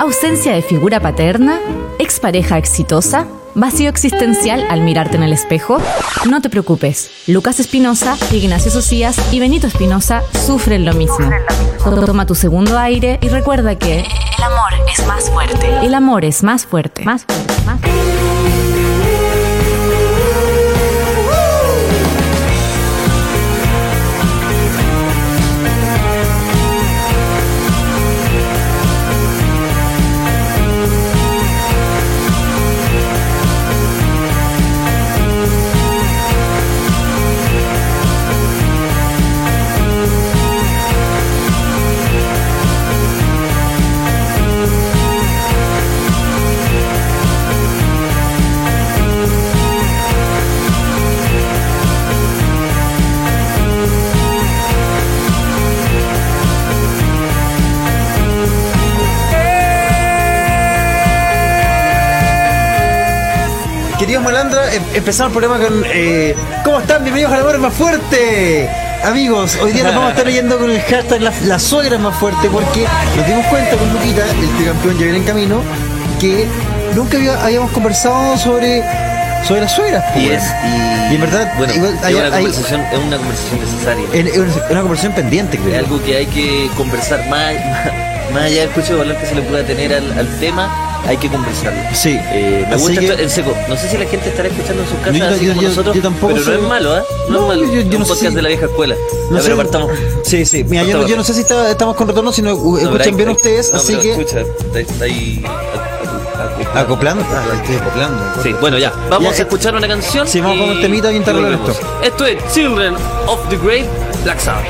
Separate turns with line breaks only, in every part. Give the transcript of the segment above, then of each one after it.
¿Ausencia de figura paterna? ¿Expareja exitosa? ¿Vacío existencial al mirarte en el espejo? No te preocupes, Lucas Espinosa, Ignacio Socias y Benito Espinosa sufren lo mismo. Toma tu segundo aire y recuerda que el amor es más fuerte. El amor es más fuerte. Más fuerte, más fuerte.
Queridos malandras, empezamos el programa con ¿cómo están? Bienvenidos al amor es más fuerte. Amigos, hoy día nos vamos a estar leyendo con el hashtag la suegra es más fuerte, porque nos dimos cuenta con Luquita, el tricampeón ya viene en camino, que nunca habíamos conversado sobre las suegras.
Y
en verdad,
bueno,
igual,
es una conversación necesaria.
Es una conversación pendiente, creo.
Es algo que hay que conversar más allá del juicio de valor que se le pueda tener al tema. Hay que conversarlo.
Sí.
Me gusta esto en seco. No sé si la gente estará escuchando en sus casas así como nosotros.
Yo tampoco.
Pero no es malo, ¿eh? No es malo.
Yo
un podcast de la vieja escuela.
No sé,
pero partamos.
Sí. Mira, yo no sé si estamos con retorno, si no escuchan bien ustedes, así que.
Escucha, está ahí.
¿Acoplando? Estoy acoplando.
Sí, bueno, ya. Vamos a escuchar una canción.
Sí, vamos con un temita y interrogarlo esto.
Esto es Children of the Grave, Black Sabbath.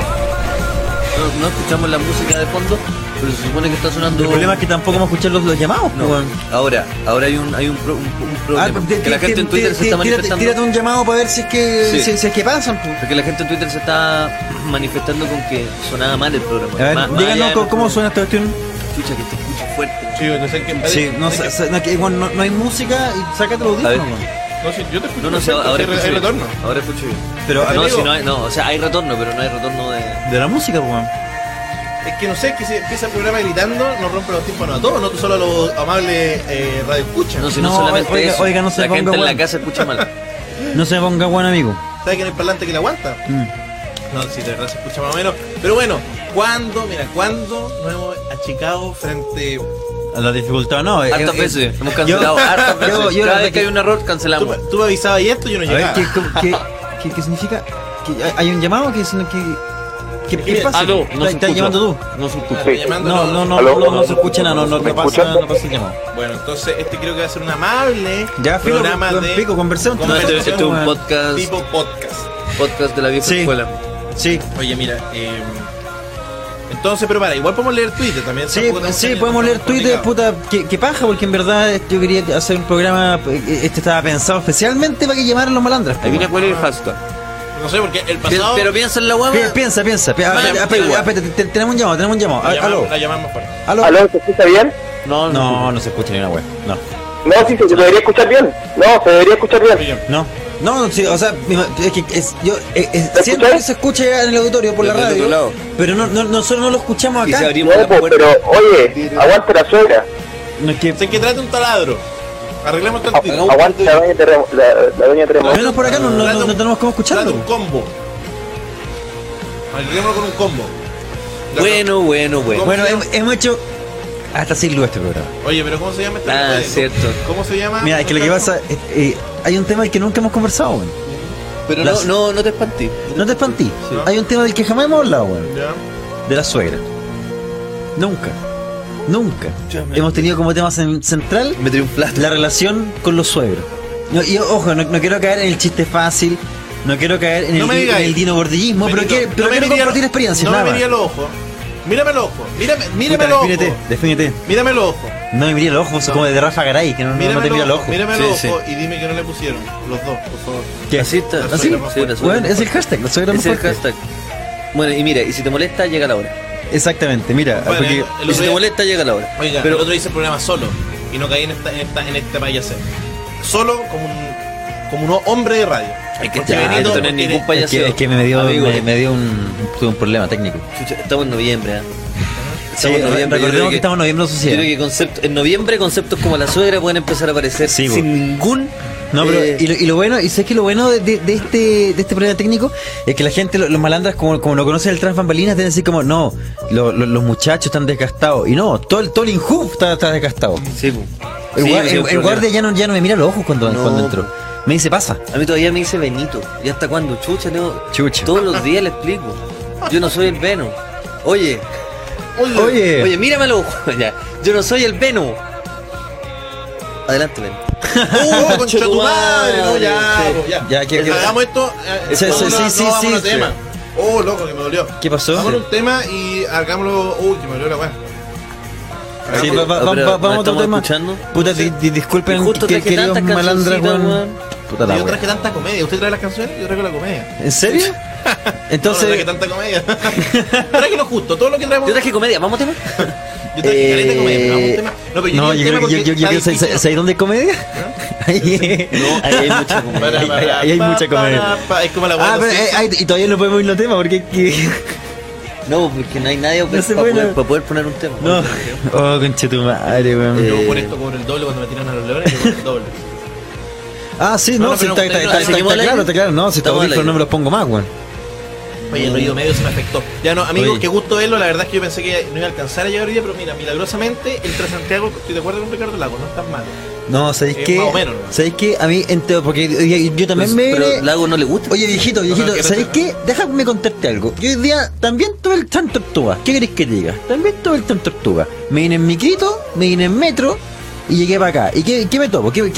No escuchamos la música de fondo, pero se supone que está sonando.
El problema es que tampoco vamos a escuchar los llamados.
No.
Bueno.
Ahora hay un problema. Que la gente en Twitter se está manifestando.
Tírate un llamado para ver si es que pasan.
Porque la gente en Twitter se está manifestando con que sonaba mal el programa.
A ver, díganos cómo suena esta cuestión.
Escucha, que te escucho fuerte.
Sí, no sé qué.
Sí, no hay música y sácate los audífonos.
No, sí, yo te escucho.
No, ahora
hay retorno.
Ahora escucho bien.
Pero
o sea, hay retorno, pero no hay retorno de
la música, pues.
Es que no sé, que si empieza el programa gritando, nos rompe los tímpanos a todos, no solo a los amables radio escucha.
No, si no solamente eso,
oiga, no se
la
ponga
gente en la
bueno.
casa escucha mal.
No se ponga buen amigo.
¿Sabe quién es el parlante que le aguanta? No, si de verdad se escucha más o menos. Pero bueno, ¿cuándo nos hemos achicado frente
A la dificultad, no.
Hartas veces, hemos cancelado hartas veces. Cada vez que hay un error, cancelamos.
Tú me avisabas y esto yo no llegaba.
A ver, ¿qué significa? ¿Que hay un llamado que ¿qué pasa?
Aló, no
¿Estás llamando tú?
No se escucha.
No se escucha nada, no pasa el llamado.
Bueno, entonces creo que va a ser un amable
ya,
programa de
pico, conversemos.
Este es un podcast.
Tipo podcast.
Podcast de la vieja escuela.
Sí. Oye, mira, entonces, pero igual podemos leer Twitter también.
Sí, podemos leer Twitter, puta, que paja, porque en verdad yo quería hacer un programa, estaba pensado especialmente para que llamaran los malandras.
Ahí viene cuál es el hashtag.
No sé, porque el pasado...
Pero piensa en la guapa.
Piensa. Espérate, tenemos un llamado. Aló.
La llamamos fuera.
¿Aló? ¿Se escucha bien?
No se escucha ni una wea. No,
sí, se debería escuchar bien. Se debería escuchar bien.
No, sí, o sea, es que siento que se escucha en el auditorio por la radio, pero nosotros no lo escuchamos acá.
Pero oye, aguante la suegra.
No es que...
Sé que trate un taladro. Arreglemos todo el tiro.
Aguante la doña Terremoto.
Menos por acá no tenemos cómo escucharlo.
Trate un combo. Arreglémoslo con un combo.
Bueno.
Bueno, hemos hecho hasta sin luz este programa.
Oye, pero ¿cómo se llama este?
Cierto.
¿Cómo se llama?
Mira, es que lo que pasa hay un tema del que nunca hemos conversado, weón.
Pero no te espantí.
No te espantí. Sí. Hay un tema del que jamás hemos hablado, weón. De la suegra. Nunca. Hemos tenido como tema central la relación con los suegros. Y ojo, no quiero caer en el chiste fácil, no quiero caer en el dinobordillismo, pero quiero compartir experiencias.
No me miría los ojos. Mírame los ojos. Mírame los ojos.
Defínete.
Mírame los ojos.
No me miré los ojos, como de Rafa Garay, que no te mira los ojos.
Mírame los ojos y dime que no le pusieron. Los dos, por favor.
¿Qué?
¿Así está?
¿Así?
Bueno,
es el hashtag, la suegra
es el hashtag. Bueno, y mira, y si te molesta, llega la hora.
Exactamente, mira,
bueno,
porque
y si te molesta, llega la hora.
Oiga, pero el otro hice el programa solo y no caí en este payaseo. Solo como un hombre de radio.
Es que no tenés ningún payaseo.
Es que me dio un problema técnico.
Chucha, estamos en noviembre, Estamos en noviembre.
Recordemos que estamos en noviembre
Yo
social.
creo que en noviembre conceptos como la suegra pueden empezar a aparecer
Sí,
sin ningún...
No, pero y lo bueno, y sé que lo bueno de este problema técnico es que la gente, los malandras, como no conocen el trans bambalinas, deben decir como, no, los muchachos están desgastados. Y no, todo el Inhub está desgastado.
Sí, po.
El guardia ya no me mira los ojos cuando entró.
Po.
Me dice, pasa.
A mí todavía me dice Benito. ¿Y hasta cuándo? Chucha, no.
Chucha.
Todos los días le explico. Yo no soy el Veno. Oye, mírame los ojos. Ya. Yo no soy el Veno. Adelante, Veno.
Concha tu madre, no, ya.
Ya, ¿qué?
Hagamos esto.
Sí,
Vámonos a tema. Oh, loco, que me dolió.
¿Qué pasó?
Vámonos un tema y hagámoslo. Uy, que me dolió la weá.
Sí,
Pero
vamos a otro
¿estamos
tema.
escuchando?
Puta, disculpen,
Justo traje
queridos
tantas
malandras,
cancioncitas,
weón.
weón.
Puta la
Yo
wea.
traje tanta comedia. ¿Usted trae las canciones? Yo traigo la comedia.
¿En serio?
Entonces. No traje
Entonces,
tanta comedia. Traje lo justo, todo lo que traemos.
Yo traje comedia, ¿vamos tema?
Yo traje caleta de comedia, pero vamos a un tema. No, pero
no,
yo
yo creo que ¿sabes dónde hay comedia? Ahí
No, ahí hay mucha comedia.
Ahí hay mucha comedia.
Es como la weá.
Ah, pero y todavía no podemos ir al tema porque
No, porque no hay nadie
No se puede.
para poder poner un tema.
no. Oh, conche tu madre, weón.
Yo por esto cobro el doble cuando me tiran a los leones, yo cobro el doble.
Ah, sí,
No,
no,
no,
sí,
pero
está
seguimos al aire.
claro, está claro. No, si
Estamos
está
al
pero
aire.
no me los pongo más, weón.
Oye, el ruido medio se me afectó. Ya no, amigo,
Oye.
qué gusto verlo. La verdad es que yo pensé que no iba a alcanzar a llegar hoy día, pero mira, milagrosamente el Transantiago, estoy de acuerdo con Ricardo Lago, no es tan malo.
No, ¿sabéis qué?
más o menos, ¿no?
¿Sabéis qué? A mí, porque yo también me...
Pero Lago no le gusta.
Oye, viejito,
No, no,
¿sabéis qué? Déjame contarte algo. Yo hoy día también tuve el Tran Tortuga. ¿Qué queréis que te diga? También tuve el Tran Tortuga. Me vine en micrito, me vine en metro y llegué para acá. ¿Y qué me tomo? ¿Qué?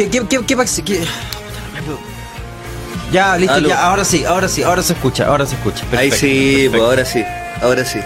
Ya, listo,
Aló.
ya, ahora sí, ahora se escucha, Perfecto,
Ahí sí, pues
perfecto.
ahora sí.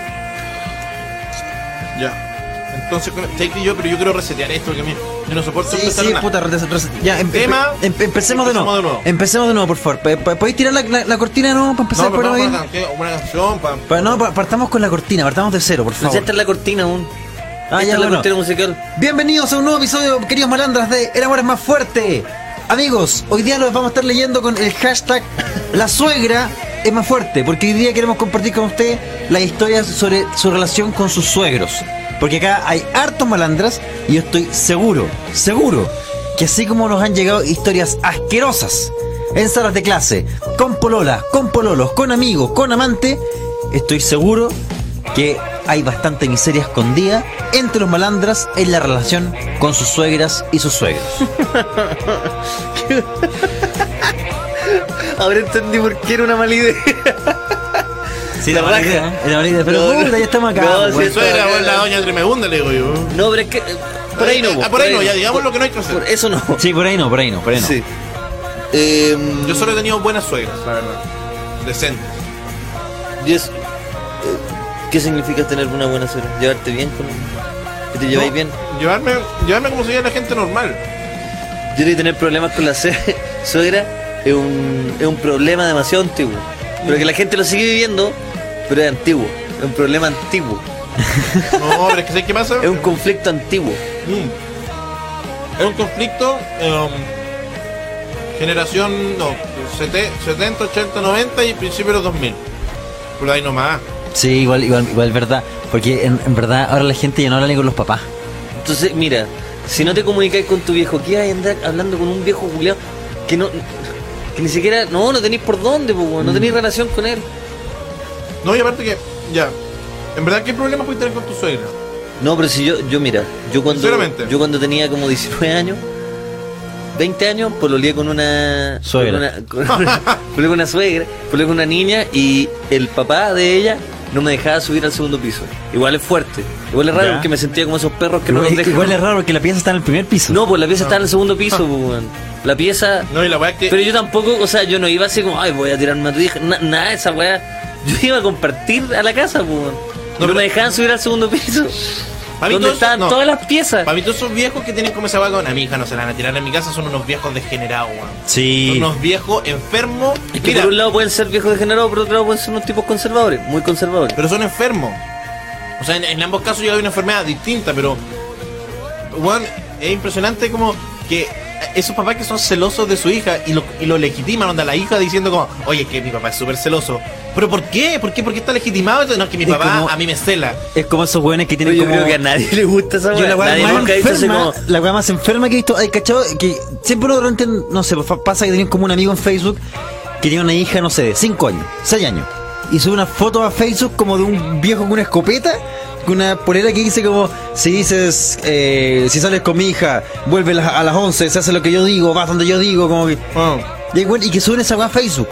Ya. Entonces, sé que yo quiero resetear esto porque a mí yo no soporto
Sí,
empezar
sí,
nada.
puta, ya,
Tema,
empecemos de nuevo.
nuevo.
Empecemos de nuevo, por favor. ¿Podéis tirar la cortina de nuevo para empezar
No,
por
pero
ahí?
vamos a una canción para...
No, partamos con la cortina, partamos de cero, por favor.
Esta es la cortina aún.
Ah,
Esta
ya,
es la
bueno.
cortina musical.
Bienvenidos a un nuevo episodio, queridos malandras, de El amor es más fuerte. Amigos, hoy día los vamos a estar leyendo con el hashtag La suegra es más fuerte, porque hoy día queremos compartir con usted las historias sobre su relación con sus suegros. Porque acá hay hartos malandras y yo estoy seguro que así como nos han llegado historias asquerosas en salas de clase, con pololas, con pololos, con amigos, con amante, estoy seguro que hay bastante miseria escondida entre los malandras en la relación con sus suegras y sus suegros.
Ahora entendí por qué era una mala idea.
Sí,
la raja.
Era mala idea, pero
No,
puta, ya estamos acá.
no,
pues,
sí,
weón.
Suegra, la doña Tremebunda, le digo yo.
No, pero es que. Por ahí no.
Por ahí no, ya digamos lo que no hay que hacer.
Por eso no.
Sí, por ahí no.
Sí.
Yo solo he tenido buenas suegras, la verdad. Decentes.
Y es, ¿qué significa tener una buena suegra? ¿Llevarte bien con que te lleváis
No,
bien?
Llevarme como se lleva la gente normal.
Yo creo que tener problemas con la suegra es un problema demasiado antiguo. Pero que la gente lo sigue viviendo, pero es antiguo. Es un problema antiguo.
No, pero es que ¿sabes qué pasa?
Es un conflicto antiguo.
Es un conflicto generación 70, 80, 90 y principios de los 2000. Por ahí nomás.
Sí, igual verdad. Porque en verdad ahora la gente ya no habla ni con los papás.
Entonces, mira, si no te comunicáis con tu viejo, ¿qué vas a andar hablando con un viejo culiao que ni siquiera, no tenéis por dónde, no tenéis relación con él?
No, y aparte que, ya, en verdad, ¿qué problemas puedes tener con tu suegra?
No, pero si mira,
Sinceramente.
yo cuando tenía como 19 años, 20 años, pololeé con una
Suegra.
Pololeé con una suegra, pololeé con una niña y el papá de ella no me dejaba subir al segundo piso. Igual es fuerte, igual es raro
Ya.
porque me sentía como esos perros que no
Igual,
nos dejan.
igual es raro porque la pieza está en el primer piso.
No, pues la pieza está en el segundo piso, pues, weón. La pieza.
No, y la weá es que...
Pero yo tampoco, o sea, yo no iba así como, ay, voy a tirarme a tu hija. Nada de esa weá. Yo iba a compartir a la casa, pues. No
pero-
me dejaban subir al segundo piso.
Pa' mí
Donde
todo eso-
estaban
no.
todas las piezas.
Para mí todos esos viejos que tienen como esa weá con a mi hija no se la van a tirar en mi casa son unos viejos degenerados, weón.
Sí.
Son unos viejos enfermos.
Es que
Mira,
por un lado pueden ser viejos degenerados, por otro lado pueden ser unos tipos conservadores, muy conservadores.
pero son enfermos. O sea, en ambos casos yo hay una enfermedad distinta, pero weón, es impresionante como que esos papás que son celosos de su hija y lo legitiman, onda la hija diciendo como, oye, que mi papá es súper celoso. ¿Pero por qué? ¿Por qué está legitimado? No, es que mi
Es
papá
como-
a mí me cela.
Es como esos weones que tienen
Yo
como...
creo que a nadie le gusta esa
Yo la
weá.
weá
Nadie
más
nunca ha dicho así
enferma,
como.
la weá más enferma que he visto, hay cachado que siempre uno durante, no sé, pasa que tenían como un amigo en Facebook que tiene una hija, no sé, de 5 años, 6 años, y sube una foto a Facebook como de un viejo con una escopeta, con una polera que dice como, si dices, si sales con mi hija, vuelve a las 11, se hace lo que yo digo, vas donde yo digo, como que... Y que suben esa weá a Facebook.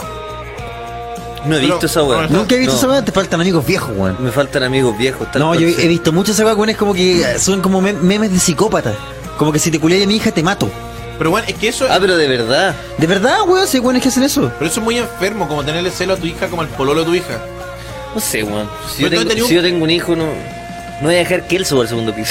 No he visto esa weá.
Nunca he visto
No.
esa weá, te faltan amigos viejos, weón.
Me faltan amigos viejos. tal
No,
cual,
yo
sí.
he visto muchas esas weas como que suben como memes de psicópatas. Como que si te culiáis a mi hija te mato.
Pero bueno, es que eso...
Ah, pero de verdad.
De verdad, weón, sí, weones que hacen eso.
Pero eso es muy enfermo, como tenerle celo a tu hija como el pololo de tu hija.
No sé, weón. Si
Pero
yo
tú
tengo,
tenías
si yo tengo un hijo, no voy a dejar que él suba al segundo piso.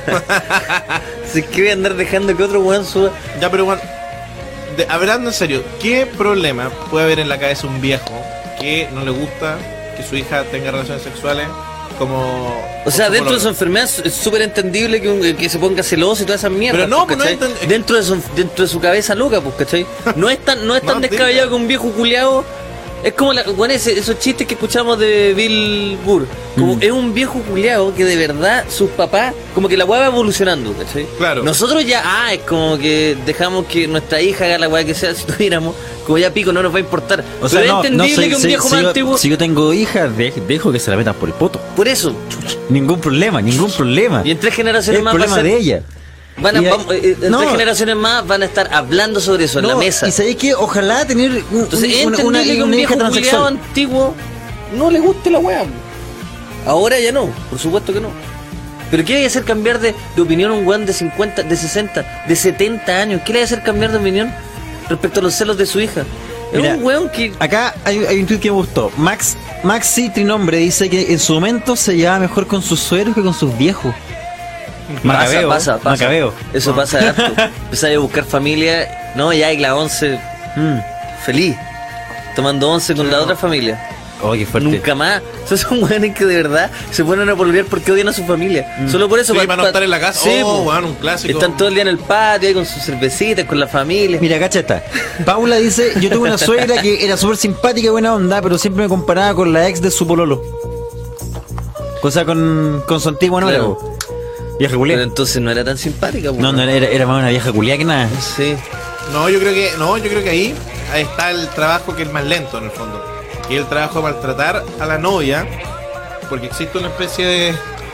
Si es que voy a andar dejando que otro weón suba.
Ya, pero bueno, hablando en serio, ¿qué problema puede haber en la cabeza de un viejo que no le gusta que su hija tenga relaciones sexuales como...
O sea,
con
dentro de su
pololo?
enfermedad es súper entendible que se ponga celoso y toda esa mierda.
Pero no,
pues,
pues no
¿cachai?
es
dentro de su cabeza loca, pues, ¿cachai? No es tan
No,
descabellado que un viejo culiao. Es como bueno, esos chistes que escuchamos de Bill Burr. Como es un viejo culiao que de verdad sus papás, como que la weá va evolucionando, ¿cachai?
Claro.
Nosotros ya, es como que dejamos que nuestra hija haga la weá que sea, si tuviéramos, como ya pico, no nos va a importar.
O sea,
Pero
no,
es entendible
no,
que un
si-
viejo
si
más
yo-
antiguo.
Si yo tengo hijas, dejo que se la metan por el poto.
Por eso.
Ningún problema, ningún problema.
Y en 3
Es
generaciones
el
más va a
problema
ser-
de ella.
en
Y hay-
3
no.
generaciones más van a estar hablando sobre eso en la
No,
mesa.
Y sabéis que ojalá tener
Entonces es
una
entendible que un
hija
viejo culiado
transexual.
antiguo no le guste la weá. Ahora ya no, por supuesto que no. Pero ¿qué le va a hacer cambiar de opinión a un weón de 50, de 60, de 70 años? ¿Qué le va a hacer cambiar de opinión respecto a los celos de su hija? Es
Mira,
un weón que...
Acá hay un tweet que me gustó. Maxi Trinombre dice que en su momento se llevaba mejor con sus suegros que con sus viejos. Macabeo,
pasa.
Macabeo.
Eso pasa harto. Empezás a buscar familia. No, ya hay la 11 feliz. Tomando 11 con la otra familia.
Oh, qué fuerte.
Nunca más. Esos son weones que de verdad se ponen a pololear porque odian a su familia. Solo por eso.
Sí, para no estar en la casa.
Sí,
Oh,
po.
weón, un clásico.
Están todo el día en el patio ahí con sus cervecitas, con la familia.
Mira, cacha esta. Paula dice, yo tuve una suegra que era súper simpática y buena onda, pero siempre me comparaba con la ex de su pololo. O sea, con su antigua novia.
Claro.
po. Vieja
Pero
culia.
entonces no era tan simpática. po.
No, era más una vieja culia que nada.
Sí.
No, yo creo que ahí está el trabajo que es más lento en el fondo. Y el trabajo de maltratar a la novia, porque existe una especie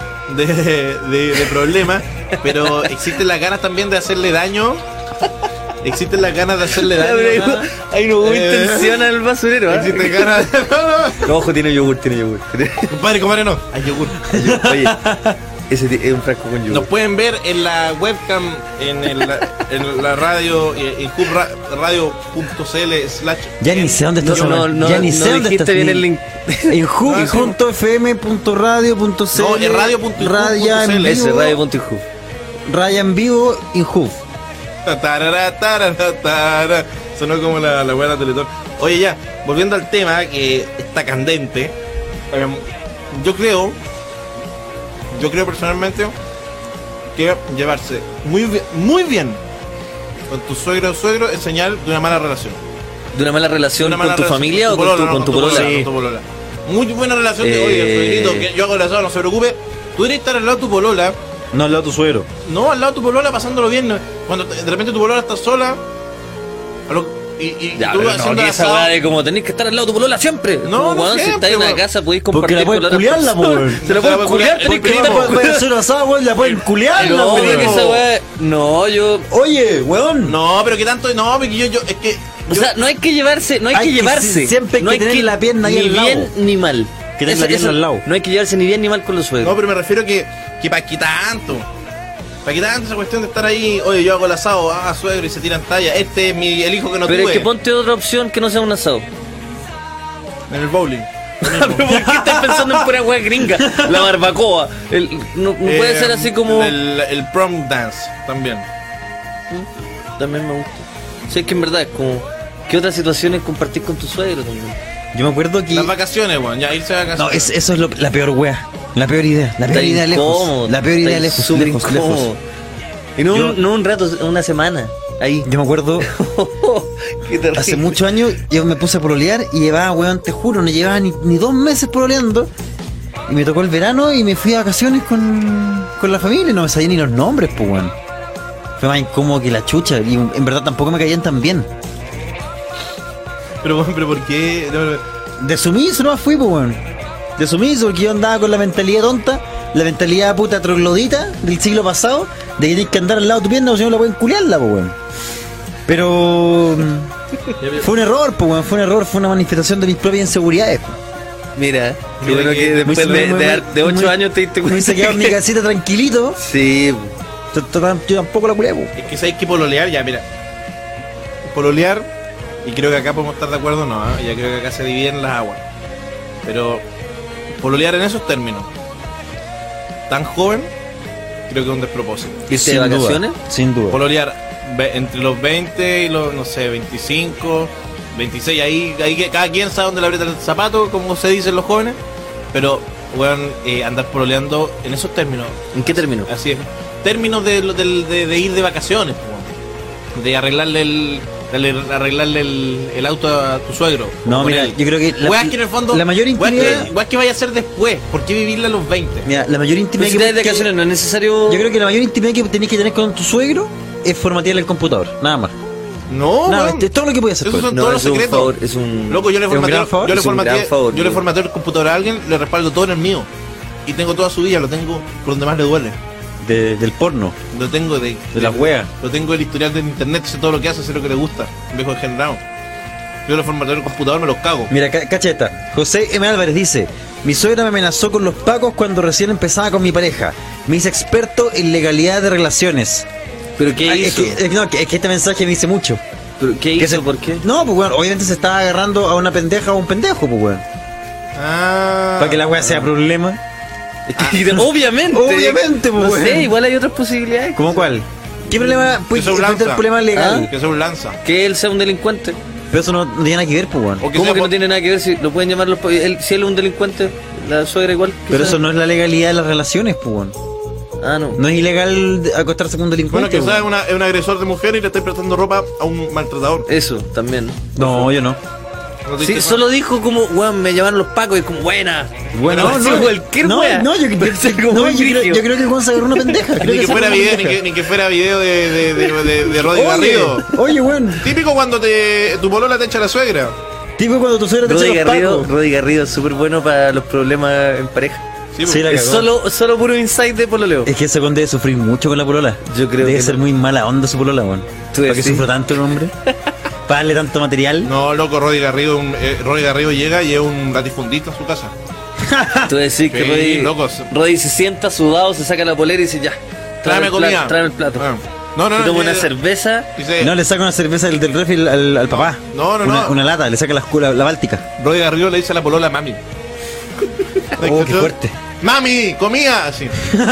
de problema, pero existen las ganas también de hacerle daño. Existen las ganas de hacerle daño.
Ahí no hubo intención al basurero. ¿eh?
Existen ganas de... No,
Ojo, tiene yogur.
compadre, no. Hay yogur.
Oye, ese es un frasco con yogur.
Nos pueden ver en la webcam, en la radio, en hubradio.cl/.
Ya ni sé dónde está esa weá. Ya ni sé dónde
dijiste
está.
bien el link.
En hub.fm.radio.cl.
No, en radio.hub.cl.
Raya en
Ese,
vivo.
radio.hub.
Raya en vivo en hub.
Tarara. Sonó como la buena Teletón. Oye, ya, volviendo al tema que está candente. Yo creo personalmente que llevarse muy bien con tu suegro o suegro es señal de una mala relación.
¿De una mala relación
Una mala
con tu
relación
familia o con tu polola?
Con tu polola. Muy buena relación de, oye, suegrito, que yo hago el asado, no se preocupe. Tú deberías estar al lado de tu polola.
No, al lado de tu suegro.
No, al lado de tu polola pasándolo bien. Cuando de repente tu polola está sola. Y
Ya,
tú
pero no,
haciendo
que
el
esa
asado.
weá de como tenés que estar al lado de tu polola siempre.
No,
Como,
no
weón, si
siempre,
estás en una
weón.
casa podéis
Porque
compartir
la pueden
con la otra
culiarla,
persona.
weón.
Se la
Se la
pueden
pueden
culiar,
culiar,
tenés que
porque
evitar.
Para hacer asado, weón, la pueden culiar.
No,
weón.
pero que esa weá. No, yo.
Oye, weón.
No, pero que tanto. No, porque yo es que.
O sea, no hay que llevarse, no hay
Hay
que
que
llevarse.
siempre hay
no
que tener la pierna ahí
ni
al lado.
bien ni mal.
Que tener la pierna al lado.
No hay que llevarse ni bien ni mal con los suegros.
No, pero me refiero que para qué tanto. ¿Para qué tanto esa cuestión de estar ahí? Oye, yo hago el asado, suegro, y se tiran talla. Este es el hijo que no
Pero
tuve.
es que ponte otra opción que no sea un asado.
En el bowling.
¿Pero por qué estás pensando en pura weá gringa? La barbacoa. No puede ser así como.
El prom dance también.
También me gusta. Sí, es que en verdad es como. ¿Qué otras situaciones compartís con tu suegro también?
Yo me acuerdo que.
Las vacaciones, weón. Ya irse de
No,
vacaciones.
eso es la peor wea. La peor idea. La peor
Está
idea
incómodo,
lejos. La peor idea
está
lejos.
súper
Lejos.
incómodo. Y no,
Yo-
no un rato, una semana. Ahí.
Yo me acuerdo,
Qué terrible.
hace muchos años yo me puse a pololear y llevaba, weón, te juro, no llevaba ni 2 meses pololeando. Y me tocó el verano y me fui a vacaciones con la familia y no me sabía ni los nombres, pues, weón. Fue más incómodo que la chucha y en verdad tampoco me caían tan bien.
Pero ¿por qué?
De sumiso nomás fui, pues, weón. De sumiso, porque yo andaba con la mentalidad tonta, la mentalidad puta troglodita del siglo pasado, de que tienes que andar al lado de tu pierna o si no la pueden culiarla, pues, weón. Pero fue un error, pues, weón, fue un error, fue una manifestación de mis propias inseguridades, pues.
Mira,
Qué
qué bueno que después de 8 años te diste
Me
cuenta.
hice quedar en mi casita tranquilito.
Sí,
Yo tampoco la culé, pues.
Es que sabes que pololear, ya, mira. Pololear, y creo que acá podemos estar de acuerdo, no, ¿eh? Ya creo que acá se dividen las aguas. Pero pololear en esos términos, tan joven, creo que es un despropósito.
¿irte de vacaciones?
Sin duda.
Pololear entre los 20 y los, no sé, 25, 26, ahí que cada quien sabe dónde le aprieta el zapato, como se dicen los jóvenes. Pero, weón, andar pololeando en esos términos,
¿En qué término?
así es, términos de ir de vacaciones, weón. De arreglarle el auto a tu suegro.
No,
Como
mira,
poner-
yo creo que
weas que en el fondo,
la mayor intimidad.
weas que vaya a ser después. ¿Por qué vivirla a los 20?
Mira, la mayor
Pero
intimidad
si te vas de vacaciones no es necesario.
yo creo que la mayor intimidad que tenés que tener con tu suegro es formatearle el computador, nada más.
No,
Nada,
weón.
es todo lo que puedes hacer.
Esos
pues.
son
No,
todos los
es un
secretos.
favor, es un.
Loco, yo le
¿Es un gran
formateo,
favor?
yo le
Es un gran
formateo,
favor,
yo le
yo-
formateo el computador a alguien, le respaldo todo en el mío. Y tengo toda su vida, lo tengo por donde más le duele.
Del porno,
Lo tengo
de las weas.
Lo tengo el historial de internet, sé todo lo que hace, sé lo que le gusta. Un viejo degenerado. Yo le formateo el computador, me los cago.
Mira, cacha esta. José M. Álvarez dice: mi suegra me amenazó con los pacos cuando recién empezaba con mi pareja. Me hice experto en legalidad de relaciones.
¿Pero qué
Es
hizo?
que este mensaje me dice mucho.
¿Pero qué
Que
hizo?
se-
¿Por qué?
No, pues bueno, obviamente se estaba agarrando a una pendeja o a un pendejo, pues weón.
Ah.
Para que la wea sea problema.
Es que, obviamente.
Obviamente, pues,
No
weón.
sé, igual hay otras posibilidades.
¿Cómo cuál? ¿Qué problema puede
Que se
tener
lanza.
el problema legal?
Que se un lanza.
Que él sea un delincuente.
Pero eso no tiene nada que ver, pues weón.
O que
¿Cómo
sea
que no
por-
tiene nada que ver si lo pueden llamar si él es un delincuente? La suegra igual.
Pero
quizás.
eso no es la legalidad de las relaciones, pues weón.
Ah, no.
No es ilegal acostarse con un
Bueno,
delincuente.
que sea
weón.
es un agresor de mujer y le estoy prestando ropa a un maltratador.
Eso, también.
No, yo no.
¿No te
Sí,
diste
solo dijo como, weón, me llamaron los pacos y como, buena.
Bueno,
No, no, cualquier
no,
wea.
no, yo
Como
no,
brígido.
yo creo que Juan se agarró una pendeja. Creo
Ni que
se
fuera
agarró una
video,
pendeja.
ni que fuera video de Roddy
Oye,
Garrido.
oye, weón.
Típico cuando tu polola te echa la suegra.
Tipo cuando tu suegra te echa los pacos.
Roddy Garrido es súper bueno para los problemas en pareja.
Sí,
Sí, la
Es
cagó.
solo puro insight de pololeo.
Es que ese weón debe sufrir mucho con la polola.
Yo creo
debe
que
ser
no.
muy mala onda su polola, weón.
¿Tú
¿Para que
decís?
sufra tanto el hombre? ¿Para darle tanto material?
No, loco, Roddy Garrido, Roddy Garrido llega y es un latifundista en su casa.
Tú decís que
Sí, locos.
Roddy se sienta sudado, se saca la polera y dice, ya,
Tráeme comida.
Tráeme el plato.
Ah. No,
Se toma una
dice-
cerveza.
Dice,
No, le saca una cerveza del refri al papá.
No, no,
Una,
no.
una lata, le saca la báltica.
Roddy Garrido le dice a la polola mami.
Oh, qué fuerte.
¡Mami! ¡Comida! Así.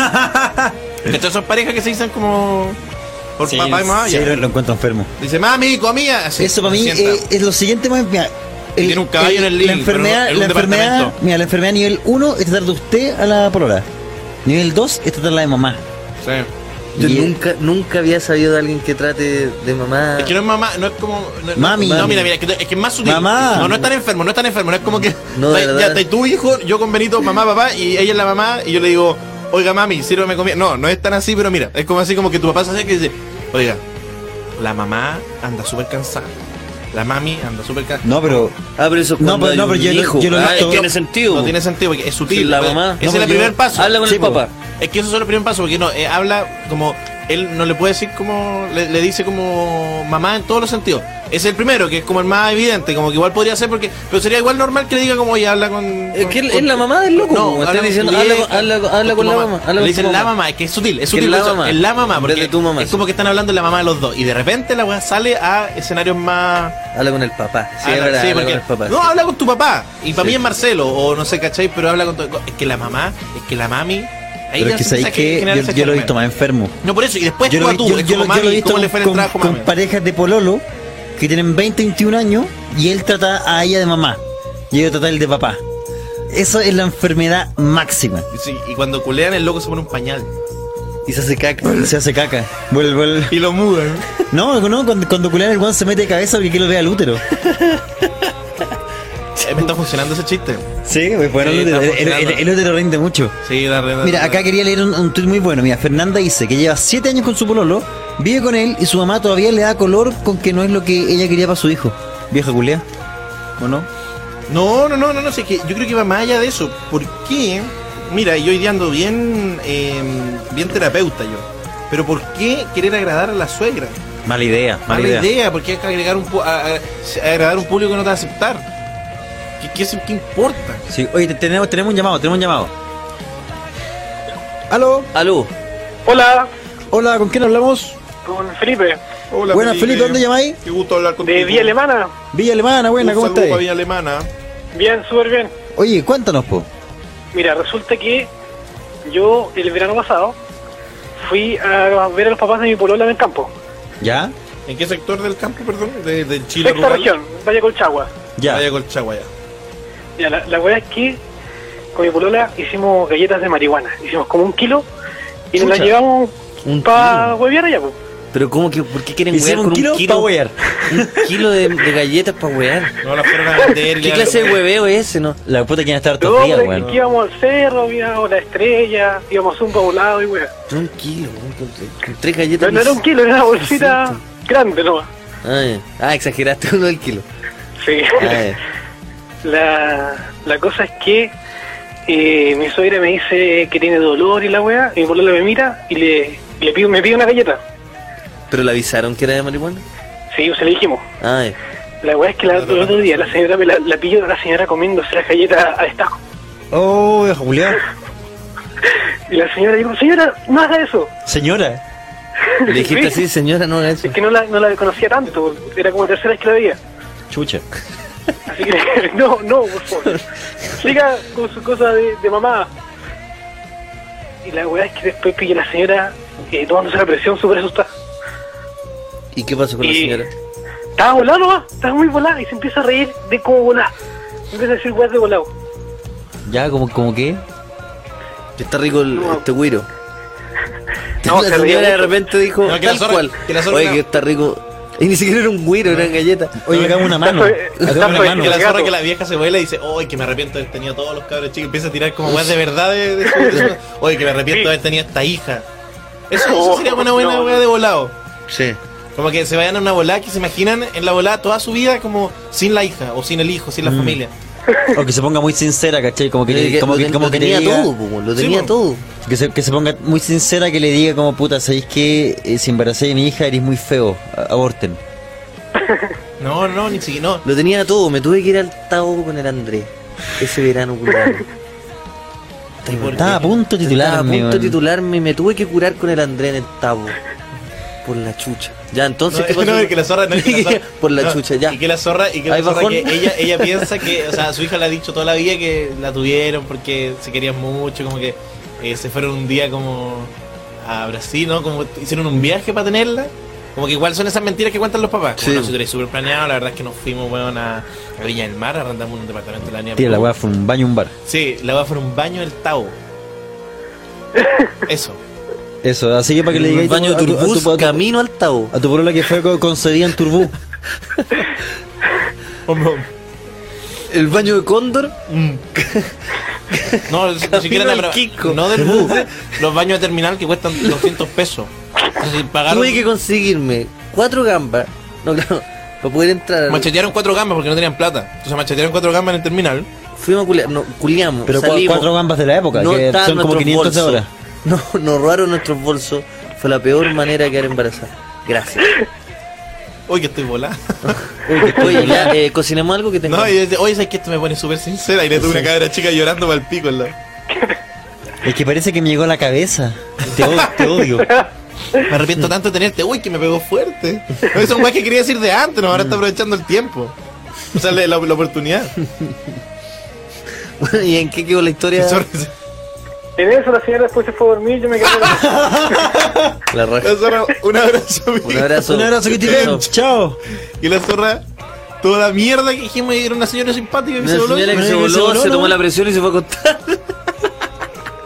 Estas son parejas que se dicen como por
Sí,
papá y mamá.
sí,
ya.
lo encuentro enfermo.
Dice, mami, comida. Así,
Eso para mí
se sienta.
es lo siguiente más. Mira,
Tiene un caballo en el living,
La enfermedad,
pero en un
la enfermedad,
departamento.
mira, la enfermedad nivel 1 es tratar de usted a la polola. Nivel 2 es tratarla de mamá.
Sí.
Yo
Y-
nunca había sabido de alguien que trate de mamá.
Es que no es mamá, no es como. No,
Mami.
No, mira, es que es más sutil.
Mamá.
No, no es tan enfermo, no es tan enfermo. No es como que.
No, de
ya,
verdad.
está tu hijo, yo con Benito, mamá, papá, y ella es la mamá, y yo le digo, oiga, mami, sírveme comida. No, no es tan así, pero mira, es como así como que tu papá se hace que dice, oiga, la mamá anda súper cansada. La mami anda súper cansada.
No, pero.
Ah, pero eso es
No,
cuando
pero- no,
hay
pero
un
yo lo-
hijo.
yo lo he
Ah,
visto-
tiene sentido.
No tiene sentido porque es sutil.
Sí, la
pues,
mamá.
Ese
No,
es el
pero
primer
yo-
paso.
Habla con
Sí,
el
po.
papá.
Es que eso es el primer paso, porque no, habla como. Él no le puede decir como. Le dice como mamá en todos los sentidos. Es el primero, que es como el más evidente, como que igual podría ser porque. Pero sería igual normal que le diga como, oye, habla con.
Es que es la mamá del loco.
No,
como
habla
está
con
diciendo,
tu
habla
vieja,
habla con
tu
la mamá. Habla
Le
con
dicen
tu
la
mamá.
mamá, es que es sutil,
Que es
por
la
eso,
mamá.
es la mamá,
En vez
porque
de tu mamá,
es
sí.
como que están hablando de la mamá de los dos. Y de repente la weá sale a escenarios más.
Habla con el papá. Sí, es
Habla-
verdad,
sí,
habla
porque-
con el papá.
no, habla con tu papá. Y para
Sí.
mí es Marcelo, o no sé, ¿cachai? Pero habla con tu. Es que la mamá, es que la mami. Ahí
Pero
ya
es que
se
sabéis
empieza a
que
generar ese
yo lo he
charme.
visto más enfermo.
No, por eso, y después
Yo
tú
lo,
a tú,
yo-
es
yo
como
lo- yo lo he
mami,
visto
¿cómo le fue el
con
trabajo,
con
mami?
parejas de pololo que tienen 20, 21 años y él trata a ella de mamá y ella trata a él de papá. Eso es la enfermedad máxima.
Sí, y cuando culean el loco se pone un pañal.
Y se hace caca.
Se hace caca. Vuelve.
Y lo mudan.
No, cuando culean el weón se mete de cabeza porque lo vea al útero.
Me está funcionando ese chiste.
Sí, pues bueno,
Sí,
el útero rinde mucho.
Sí, dale.
Mira, acá quería leer un tweet muy bueno. Mira, Fernanda dice que lleva 7 años con su pololo, vive con él y su mamá todavía le da color con que no es lo que ella quería para su hijo. Vieja culia. ¿O no?
No, sí, que yo creo que va más allá de eso. ¿Por qué? Mira, yo hoy día ando bien terapeuta yo. Pero ¿por qué querer agradar a la suegra?
Mala idea.
Mala idea, porque hay que agregar agradar un público que no te va a aceptar. ¿Qué importa?
Sí, oye, tenemos un llamado. ¿Aló?
Aló.
Hola,
¿Con quién hablamos?
con Felipe,
Hola,
Buenas, Felipe, ¿dónde llamáis?
Qué gusto hablar contigo.
de Villa Alemana.
Villa Alemana, buena, ¿cómo
Un saludo
estáis?
para Villa Alemana.
Bien, súper bien.
Oye, cuéntanos, po.
Mira, resulta que yo el verano pasado fui a ver a los papás de mi polola en el campo.
¿Ya?
¿En qué sector del campo, perdón? Del Chile
Sexta
rural.
región, Valle Colchagua.
Ya.
Vaya Colchagua ya.
Ya, la weá es que con mi polola hicimos galletas de marihuana. Hicimos como 1 kilo y nos las
Chucha.
llevamos
¿Un
para
kilo?
huevear allá, pues.
Pero ¿cómo que, por qué quieren wear
Hicimos
con
un kilo pa' wear.
Un kilo de galletas para wear.
No la fueron a vender y
¿Qué
le
clase de hueveo es ese, no?
La puta quiere estar
No,
todo fría,
pero es
weón.
que íbamos al cerro, íbamos a la estrella, íbamos a un volado y weá.
Un kilo, con 3 galletas.
No era 1 kilo, era una bolsita grande nomás.
Exageraste uno del kilo.
Sí. La cosa es que mi suegra me dice que tiene dolor y la weá, y mi polola me mira y me pide una galleta.
¿Pero le avisaron que era de marihuana?
Sí, se le dijimos.
Ay,
La weá es que el otro día la señora la pilló a la señora comiéndose las galletas a destajo.
Oh, vieja culia.
Y la señora dijo, señora, no haga eso.
Señora.
le dijiste
Sí.
así, señora, no haga eso.
Es que no la conocía tanto, era como la tercera vez que la veía.
Chucha.
Así que no, por favor. Siga con su cosa de mamá. Y la weá es que después pillé a la señora tomándose la presión súper asustada.
¿Y qué pasó con la señora?
Estaba volado nomás, estaba muy volada y se empieza a reír de cómo volá. Empieza a decir weas de volado.
Ya, como que.
Que está rico este güiro.
No,
la
se reía
señora de
mucho.
repente dijo,
No, que la
tal
zorra-
cual.
que la zorra
Oye,
era-
que está rico. Y ni siquiera era un güiro, eran galletas.
Oye, hagamos una mano. Hagamos una mano.
Que la zorra
gato.
que la vieja se vuela y dice, oye, que me arrepiento de haber tenido todos los cabros chicos. Empieza a tirar como weas de verdad de su- Oye, que me arrepiento de haber tenido esta hija. Eso sería una buena
No.
wea de volado.
Sí.
Como que se vayan a una volada, que se imaginan en la volada toda su vida como sin la hija, o sin el hijo, sin la familia.
O que se ponga muy sincera, ¿cachai? Como que
Lo
que
tenía
le diga,
todo, po, lo
Sí,
tenía
po.
todo.
que se ponga muy sincera, que le diga como puta, ¿sabéis que si embaracé a mi hija eres muy feo? Aborten.
No, ni siquiera, no.
Lo tenía todo, me tuve que ir al Tao con el Andrés. Ese verano culiado.
Estaba a punto de
Estaba a
titularme.
punto de
weón.
titularme y me tuve que curar con el Andrés en el Tao. Por la chucha. Ya, entonces, ¿qué pasó?
No, es que la zorra, no, es que la zorra-
Por la
no,
chucha, ya.
Y que la zorra,
¿Hay bajón?
que ella piensa que, o sea, su hija le ha dicho toda la vida que la tuvieron porque se querían mucho, como que se fueron un día como a Brasil, ¿no? Como hicieron un viaje para tenerla. Como que igual son esas mentiras que cuentan los papás. Como
Sí.
nosotros súper planeado, la verdad es que nos fuimos, weón, a Viña del Mar, arrendamos un departamento de la niña.
Tía, la weá fue un baño, un bar.
Sí, la weá fue un baño del Tao. Eso.
Eso, así que para que le
Un
digáis
baño de
a tu- a tu-
turbús,
a tu-
camino al Tao.
a tu polola que fue concedida en Turbú.
El baño de Cóndor.
No, ni siquiera
al
pero-
Kiko.
no del bus. Los baños de terminal que cuestan 200 pesos. Entonces, pagaron,
Tuve que conseguirme 4 gambas. No, claro, para poder entrar.
machetearon 4 gambas porque no tenían plata. Entonces machetearon 4 gambas en el terminal.
Fuimos a culiar, no, culiamos.
Pero
salimos.
4 gambas de la época,
No
que
estaban
son como
nuestros
500
bolsos.
ahora.
No, nos robaron nuestros bolsos. Fue la peor manera de quedar embarazada. Gracias.
Hoy que estoy volada.
Oye, ya, cocinemos algo que tenga.
No, y desde, oye, sabes que esto me pone súper sincera. Y le tuve una cabra chica llorando para el pico al lado.
Es que parece que me llegó a la cabeza. Te odio.
Me arrepiento tanto de tenerte. Uy, que me pegó fuerte. No, eso es un guay que quería decir de antes, no, ahora está aprovechando el tiempo. O sea, la oportunidad.
Bueno, ¿y en qué quedó la historia?
Sorry.
En eso la señora después se fue a dormir, yo me quedé
La raja.
La zorra, un abrazo.
Un
amigo.
abrazo.
Un abrazo que te
Beso.
ven. Chao.
Y la zorra, toda la mierda que dijimos, era una señora simpática que
Una
se voló.
señora que se voló, se tomó la presión y se fue a acostar.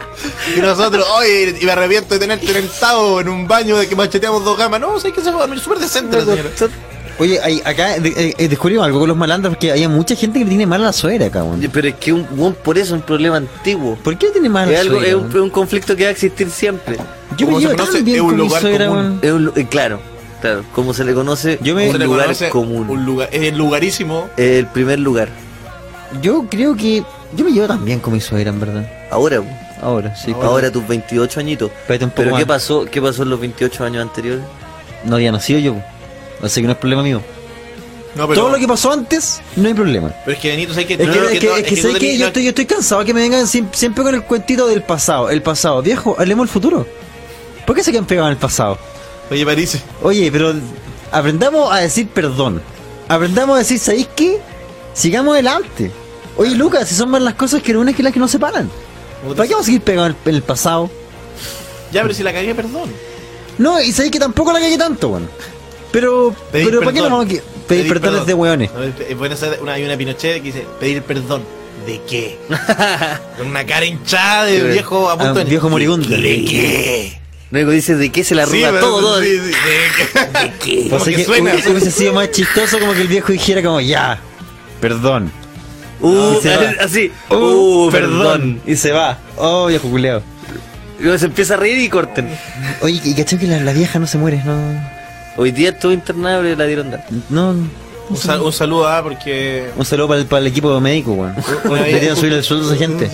Y nosotros, oye, y me arrepiento de tenerte sentado en un baño de que macheteamos 2 camas. No, sé que se va a dormir súper decente la señora.
Oye, acá descubrimos algo con los malandros, porque hay mucha gente que tiene mala la suegra acá, weón.
Pero es que por eso es un problema antiguo.
¿Por qué tiene mala
Es
la
algo,
suegra?
es un conflicto que va a existir siempre.
Yo me
¿Cómo se
llevo
conoce?
tan bien
Es un
con mi
lugar
suegra,
común.
weón.
Claro, como se le conoce,
Yo me-
un
Se le
lugar
conoce
común.
Un lugar, es el lugarísimo.
El primer lugar.
Yo creo que yo me llevo tan bien con mi suegra, en verdad.
Ahora,
Ahora, sí.
ahora tus 28 añitos.
Espérate un poco
Pero
más.
¿qué pasó en los 28 años anteriores?
No había nacido yo, así que no es problema mío.
No, pero,
Todo lo que pasó antes, no hay problema.
pero es que Benito, ¿sabes qué?
Es que,
No,
es que,
no,
es que,
tú
¿sabes qué?
tenés-
Yo estoy cansado que me vengan siempre con el cuentito del pasado. El pasado, viejo, hablemos del futuro. ¿Por qué se quedan pegados en el pasado?
Oye, París.
Oye, pero aprendamos a decir perdón. Aprendamos a decir, ¿sabéis qué? Sigamos adelante. Oye, Lucas, si son más las cosas que unas que las que nos separan. ¿Para qué vamos a seguir pegados en el pasado?
Ya, pero si la cagué, perdón.
No, y sabéis que tampoco la cagué tanto, weón. Pero
Pedir
¿para qué
perdón.
nos vamos a pedir perdones de weones?
No, es bueno hacer hay una Pinochet que dice pedir perdón. ¿De qué? Con una cara hinchada de viejo a punto de...
Viejo moribundo.
¿De qué?
Luego dice de qué se la arruga
pero-
todo.
sí, sí, ¿de qué?
O
Como
sea
que
que
suena.
hubiese sido más chistoso como que el viejo dijera como, ya, perdón. Y se va.
Así.
Perdón. Y se va. Oh, viejo culeado.
Luego se empieza a reír y corten.
Oye, y cachai que la vieja no se muere, no.
Hoy día estuvo internada, pero la dieron dar.
No.
Un saludo porque...
Un saludo para el equipo médico, weón.
Una vez-
Deberían subir el sueldo a esa gente.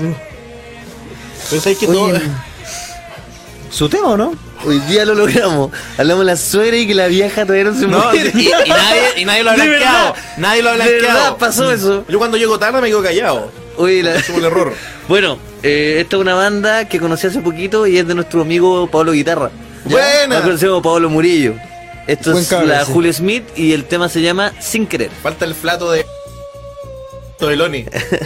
Pero sabes que todo...
Oye, ¿su tema o no?
Hoy día lo logramos. Hablamos de la suegra y que la vieja todavía no se
No,
muere.
y nadie lo ha
De
blanqueado.
verdad.
Nadie lo ha
De
blanqueado.
verdad pasó eso.
Yo cuando llego tarde me quedo callado.
Oye,
Es un error.
Bueno, esta es una banda que conocí hace poquito y es de nuestro amigo Pablo Guitarra.
Buena.
La conocemos como Pablo Murillo. Esto
Buen
es
cabrón,
la
sí.
Julio Smith y el tema se llama Sin Querer.
Falta el flato de... Tobeloni.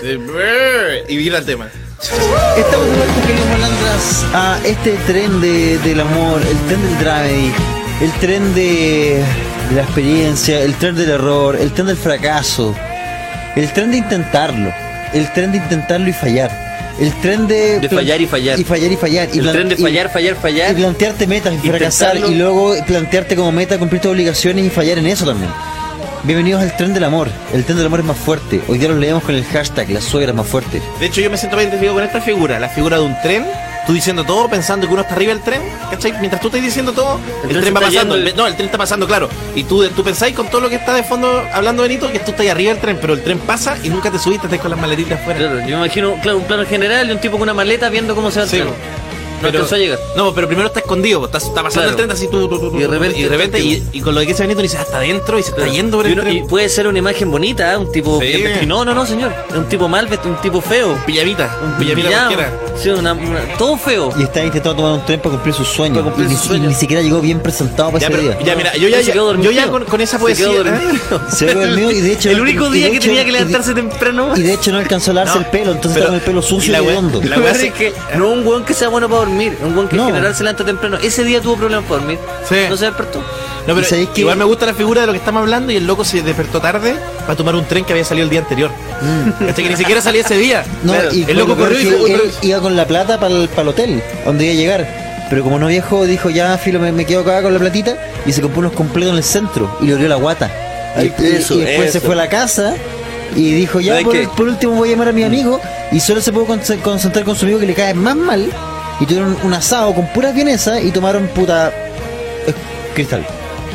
Y vira el tema.
Estamos de vuelta, queridos malandras, a este tren del amor, el tren del dramedy, el tren de la experiencia, el tren del error, el tren del fracaso, el tren de intentarlo, el tren de intentarlo y fallar, el tren de
fallar y fallar.
y fallar y fallar,
El tren de fallar.
y plantearte metas y fracasar
Intentarlo.
y luego plantearte como meta cumplir tus obligaciones y fallar en eso también. Bienvenidos al tren del amor. El tren del amor es más fuerte. Hoy día lo leemos con el hashtag La suegra es más fuerte.
De hecho, yo me siento más identificado con esta figura. La figura de un tren. Tú diciendo todo, pensando que uno está arriba del tren. ¿Cachai? Mientras tú estás diciendo todo, el
tren
tren
se
va
está
pasando.
yendo.
No, el tren está pasando, claro. Y tú pensáis con todo lo que está de fondo hablando Benito, que tú estás ahí arriba del tren, pero el tren pasa y nunca te subiste, estás con las maletitas afuera.
Claro, yo me imagino, claro, un plano general de un tipo con una maleta viendo cómo se va el
Sí,
tren. No
pero-
alcanzó a llegar.
No, pero primero está escondido, está pasando
Claro.
el tren así tú,
Y de repente-
y con lo de que se Benito dice hasta adentro y se está yendo por
Y
el
uno-
tren.
y puede ser una imagen bonita, ¿eh? Un tipo
Sí.
bien vestido. No, señor. Es un tipo mal vestido, un tipo feo.
Pijamita, un pijamita
Pijama.
cualquiera.
Sí, todo feo.
Y está intentando tomar un tren para cumplir sus sueños.
Para cumplir
y, ni,
sus sueños.
y ni siquiera llegó bien presentado para
Ya,
ese
pero,
día.
ya, mira, yo
Se quedó dormido.
con esa
Se quedó
poesía.
dormido.
Se ve dormido y de hecho.
El único
y
día
de
que
hecho-
tenía que
y de-
levantarse temprano.
Y de hecho no alcanzó a lavarse
No,
el pelo, entonces
pero-
está con el pelo sucio y
la wea-
redondo.
la
Lo
wea
peor
sí-
es que no es un weón que sea bueno para dormir, es un weón que
No.
en general se levanta temprano. Ese día tuvo problemas para dormir.
Sí.
No se despertó.
No,
¿Y
pero
sabéis qué?
igual me gusta la figura de lo que estamos hablando y el loco se despertó tarde para tomar un tren que había salido el día anterior. Hasta que ni siquiera salía ese día.
No,
Claro,
y
el loco
lo peor
corrió y
es que
fue-
él iba con la plata para el hotel, donde iba a llegar. Pero como no viajó, dijo ya, filo, me quedo acá con la platita. Y se compró unos completos en el centro y le abrió la guata.
Ay,
y
eso,
después se
eso.
fue a la casa y dijo ya,
¿Sabes qué?
por último voy a llamar a mi amigo. Y solo se pudo concentrar con su amigo que le cae más mal. Y tuvieron un asado con puras vienesas y tomaron puta cristal.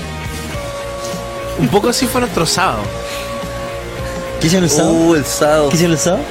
Un poco así fue nuestro sábado.
¿Qué hicieron el sábado?
El sábado.
¿Qué hicieron el sábado?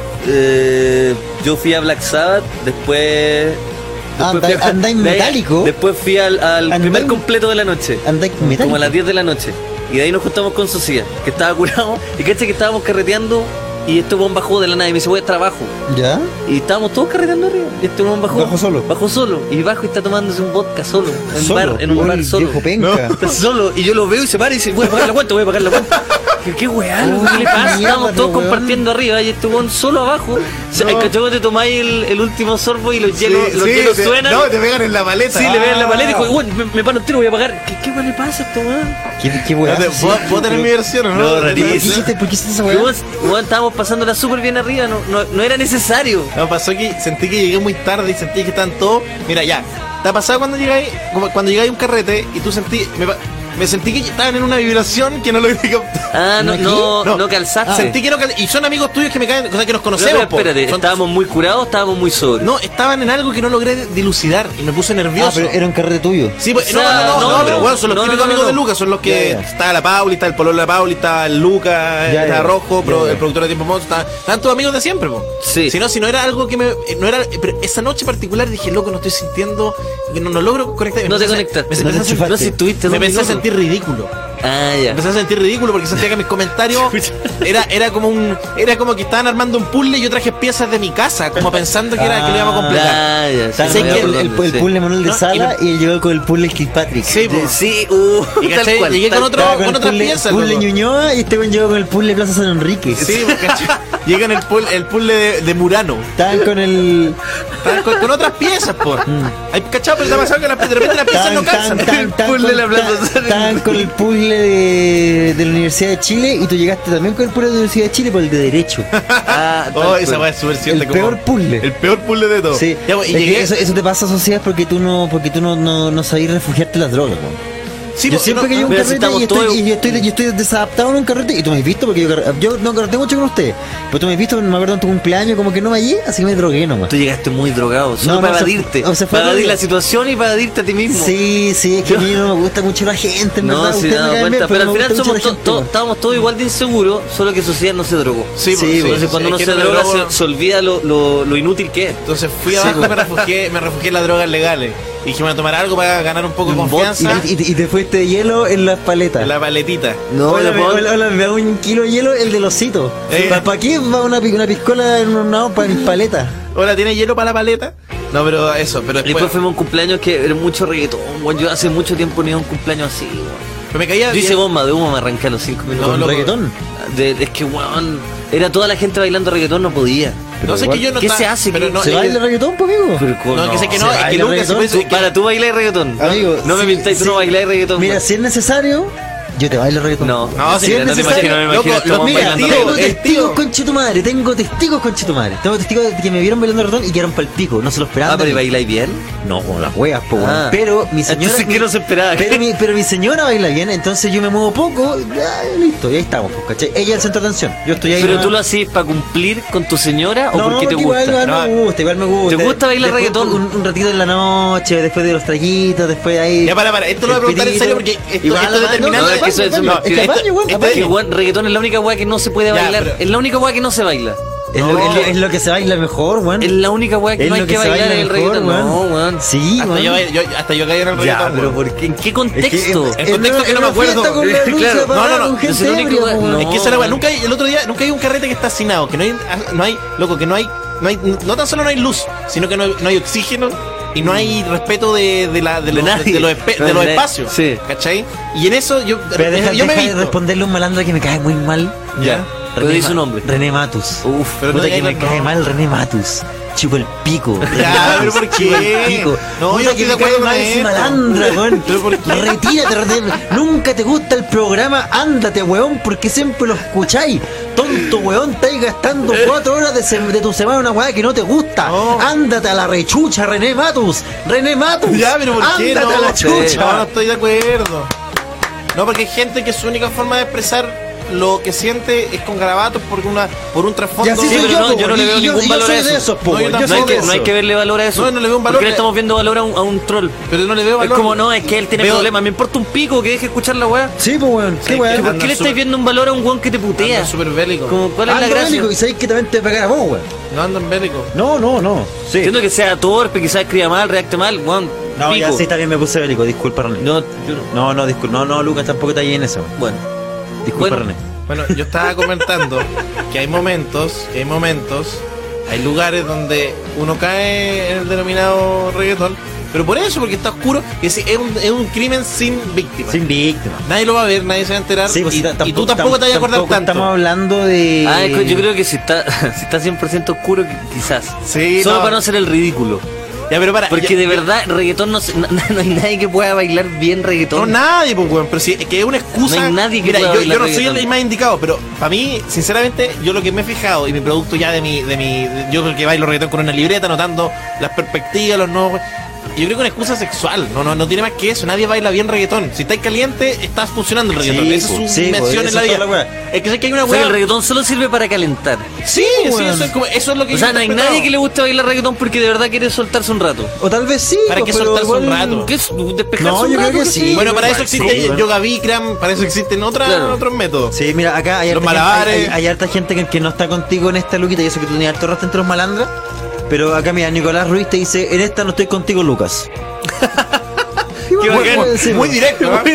Yo fui a Black Sabbath, después
Andáis
de ahí-
metálico.
Después fui al
Andáis-
primer completo de la noche.
Andáis metálico.
Como a las 10 de la noche. Y de ahí nos juntamos con Socia, que estaba curado. Y caché que estábamos carreteando. Y este weón bajó de la nave y me dice, voy a trabajo.
¿Ya?
Y estábamos todos carreteando arriba. Y este weón bajó.
Bajó solo.
Bajó solo. Y bajo y está tomándose un vodka solo. En
Solo.
un bar
Uy,
solo.
viejo penca.
Está solo. Y yo lo veo y se para y dice, voy a pagar la cuenta, voy a pagar la cuenta. ¿Qué weá? ¿Qué le pasa? Estábamos todos compartiendo arriba y este weón solo abajo. El cacho te tomáis el último sorbo y los hielos suenan.
No, te pegan en la maleta.
Sí, le pegan en la maleta y dijo, weón, me paro entero, voy a pagar. ¿Qué weá le pasa a esto, weón?
¿Qué weá?
¿Puedo tener mi versión o no?
No, rarísimo. ¿Por qué hiciste esa weá?
Weón, estábamos pasándola súper bien arriba, no era necesario.
No, pasó que sentí que llegué muy tarde y sentí que estaban todos. Mira, ya. ¿Te ha pasado cuando llegáis a un carrete y tú sentí. Me sentí que estaban en una vibración que no lo dije.
No calzaste.
Sentí que no y son amigos tuyos que me caen, o sea, que nos conocemos.
Pero espérate, ¿estábamos muy curados o estábamos muy sobrios?
No, estaban en algo que no logré dilucidar y me puse nervioso.
Pero era un carrete tuyo.
Sí, pues, no, pero bueno, son los típicos amigos de Lucas, son los que está la Pauli, está el pololo de la Pauli, está el Lucas, está Rojo, el productor de Tiempo Moto, están todos amigos de siempre, po.
Sí.
Si no era algo que pero esa noche particular dije, loco, no estoy sintiendo, que no logro conectar.
No te conectaste.
No si estuviste.
Me empecé a sentir ridículo.
Ya.
Empecé a sentir ridículo porque sentía que mis comentarios era como que estaban armando un puzzle y yo traje piezas de mi casa, como pensando que le íbamos a completar.
El puzzle Manuel de Sala y él llegó con el puzzle Kilpatrick.
Sí, y
tal cual,
llegué con otras piezas.
El puzzle Ñuñoa y este güey llegó con el puzzle Plaza San Enrique.
Sí, porque llegan el puzzle de Murano.
Estaban
con otras piezas, por. Hay cachado, pero te ha pasado que de repente las piezas no calzan.
Estaban con el puzzle de la Universidad de Chile y tú llegaste también con el puzzle de la Universidad de Chile por el de Derecho.
Esa weá es súper cierta.
El peor puzzle.
El peor puzzle de todo.
Sí.
Ya, y llegué...
eso te pasa, sociedad, porque tú no sabes refugiarte en las drogas, weón.
Sí,
yo siempre que llego a un carrete y estoy desadaptado en un carrete, y tú me has visto, porque yo no carreté mucho con usted, pero tú me has visto, me acuerdo en tu cumpleaños, como que no me hallé, así que me drogué nomás.
Tú llegaste muy drogado, solo para evadirte, para evadir la situación y para evadirte a ti mismo.
Sí, es que a mí no me gusta mucho la gente, en verdad.
Sí, pero al final estábamos todos igual de inseguros, solo que Sociedad no se drogó.
Sí,
entonces cuando uno se droga se olvida lo inútil que es.
Entonces fui abajo y me refugié en las drogas legales. Y dije, me voy a tomar algo para ganar un poco de confianza.
Y te fuiste de hielo en las paletas.
En la paletita.
No, hola, me hago un kilo de hielo, el del osito. ¿Para qué va una piscola en para mis paletas?
Hola, ¿tiene hielo para la paleta? No, pero eso, pero
después fuimos a un cumpleaños que era mucho reggaetón, bueno, yo hace mucho tiempo no iba a un cumpleaños así, bueno.
Pero me caía.
Yo hice bomba de humo, me arranqué a los 5 minutos.
¿Con reggaetón?
Es que, weón, era toda la gente bailando reggaetón, no podía.
Pero no sé que yo no.
¿Qué se hace?
Pero no, ¿se baila reggaetón, pues, amigo?
No, que sé que no, es que Lucas
para tú bailar reggaetón.
Amigo,
no me mintáis, tú no bailáis reggaetón.
Mira, si es necesario, yo te bailo reggaetón.
No,
si es necesario,
no me imagino.
Mira, tengo testigos, conche tu madre. Tengo testigos de que me vieron bailando reggaetón y quedaron pa'l pico. No se lo esperaban.
¿Pero bailáis bien?
No, como las huevas, po. Pero mi señora.
Entonces, ¿qué no se esperaba?
Pero mi señora baila bien, entonces yo me muevo poco, listo, y ahí estamos, pues, ¿cachai? Ella es el centro de atención. Yo estoy ahí.
¿Pero tú lo hacís para cumplir con tu señora o porque te gusta?
Igual me gusta.
¿Te gusta bailar reggaetón?
Un ratito en la noche, después de los traguitos, después ahí.
Ya, para. Esto lo voy a preguntar en serio porque esto determinante.
Reggaetón es la única weá que no se puede bailar. Es la única weá que no se baila.
Es lo que se baila mejor, weón.
Es la única weá que no hay que bailar en el reggaetón. No, weón.
Sí,
hasta yo caí en el reggaetón.
Pero ¿por qué?
¿En qué contexto?
El contexto que no me acuerdo.
No.
Es que esa es la weá. El otro día nunca hay un carrete que está hacinado. Que no hay, loco, que no hay. No tan solo no hay luz, sino que no hay oxígeno. Y no hay respeto de los espacios.
Sí.
¿Cachai? Y en eso yo
me vi responderle a un malandro que me cae muy mal.
Ya. Pero dice su nombre.
René Matus.
Pero
puta que me cae mal René Matus. Chupo el pico.
Ya, pero ¿por qué?
No, yo estoy de acuerdo con ese malandra, weón. Retírate, nunca te gusta el programa, ándate, weón, porque siempre lo escucháis. Tonto, weón, estáis gastando 4 horas de tu semana en una weá que no te gusta. Ándate a la rechucha, René Matus.
Ya, pero ¿por qué?
Ándate a la chucha.
No estoy de acuerdo. No, porque hay gente que su única forma de expresar lo que siente es con garabatos por un trasfondo.
Pero yo no le veo ningún valor a eso. No hay que verle valor a eso.
No le veo un valor.
Porque le estamos viendo valor a un troll.
Pero no le veo valor.
Es como, no, es que él tiene problemas. Me importa un pico que deje escuchar la weá.
Sí, pues weón. ¿Qué weá?
¿Por qué le estáis viendo un valor a un weón que te putea?
Es súper bélico.
¿Cuál es la gracia?
Y sabéis que también te va a pegar a vos, weón.
No andan bélico.
No. Sí.
Entiendo que sea torpe, quizás escriba mal, redacte mal, weón.
No, ya sí, también me puse bélico, disculpa, René. No, disculpa. No, Lucas, tampoco está ahí en eso.
Bueno.
Disculpa, René.
Bueno, yo estaba comentando que hay momentos, hay lugares donde uno cae en el denominado reggaetón Pero por eso, porque está oscuro, es un crimen sin víctima.
Sin víctima.
Nadie lo va a ver, nadie se va a enterar.
Sí, pues,
y tú tampoco te vas a acordar tanto.
Estamos hablando de.
Yo creo que si está 100% oscuro, quizás.
Sí,
Solo
no.
para no ser el ridículo.
Ya, pero para.
Porque de verdad, reggaetón no hay nadie que pueda bailar bien reggaetón.
No, nadie, pues, weón. Pero sí, que es una excusa.
No hay nadie que
Mira,
pueda
yo
bailar
no soy
reggaetón.
el más indicado, pero para mí, sinceramente, yo lo que me he fijado y mi producto ya yo creo que bailo reggaetón con una libreta, anotando las perspectivas, los nuevos. Yo creo que una excusa sexual, no tiene más que eso. Nadie baila bien reggaetón. Si estáis caliente, estás funcionando el reggaetón. Esa es su mención en la vida. Es que sé que hay una
O sea,
weá.
el reggaetón solo sirve para calentar.
Sí, eso es lo que
O sea,
yo
no hay
he interpretado.
nadie que le guste bailar reggaetón porque de verdad quiere soltarse un rato.
O tal vez sí.
¿Para
pues,
qué
pero
soltarse un
igual-
rato?
¿Qué es? ¿Despejarse
No,
un
yo creo
rato?
que sí.
Bueno, para eso
Sí,
existe
bueno.
Yoga Bikram, para eso existen
Claro.
otros métodos.
Sí, mira, acá hay
Los
harta,
malabares.
gente, hay harta gente que no está contigo en esta Luquita. Yo sé que tú tenías harto rato entre los malandras. Pero acá, mira, Nicolás Ruiz te dice: en esta no estoy contigo, Lucas.
Qué bacán.
Muy directo, ¿no?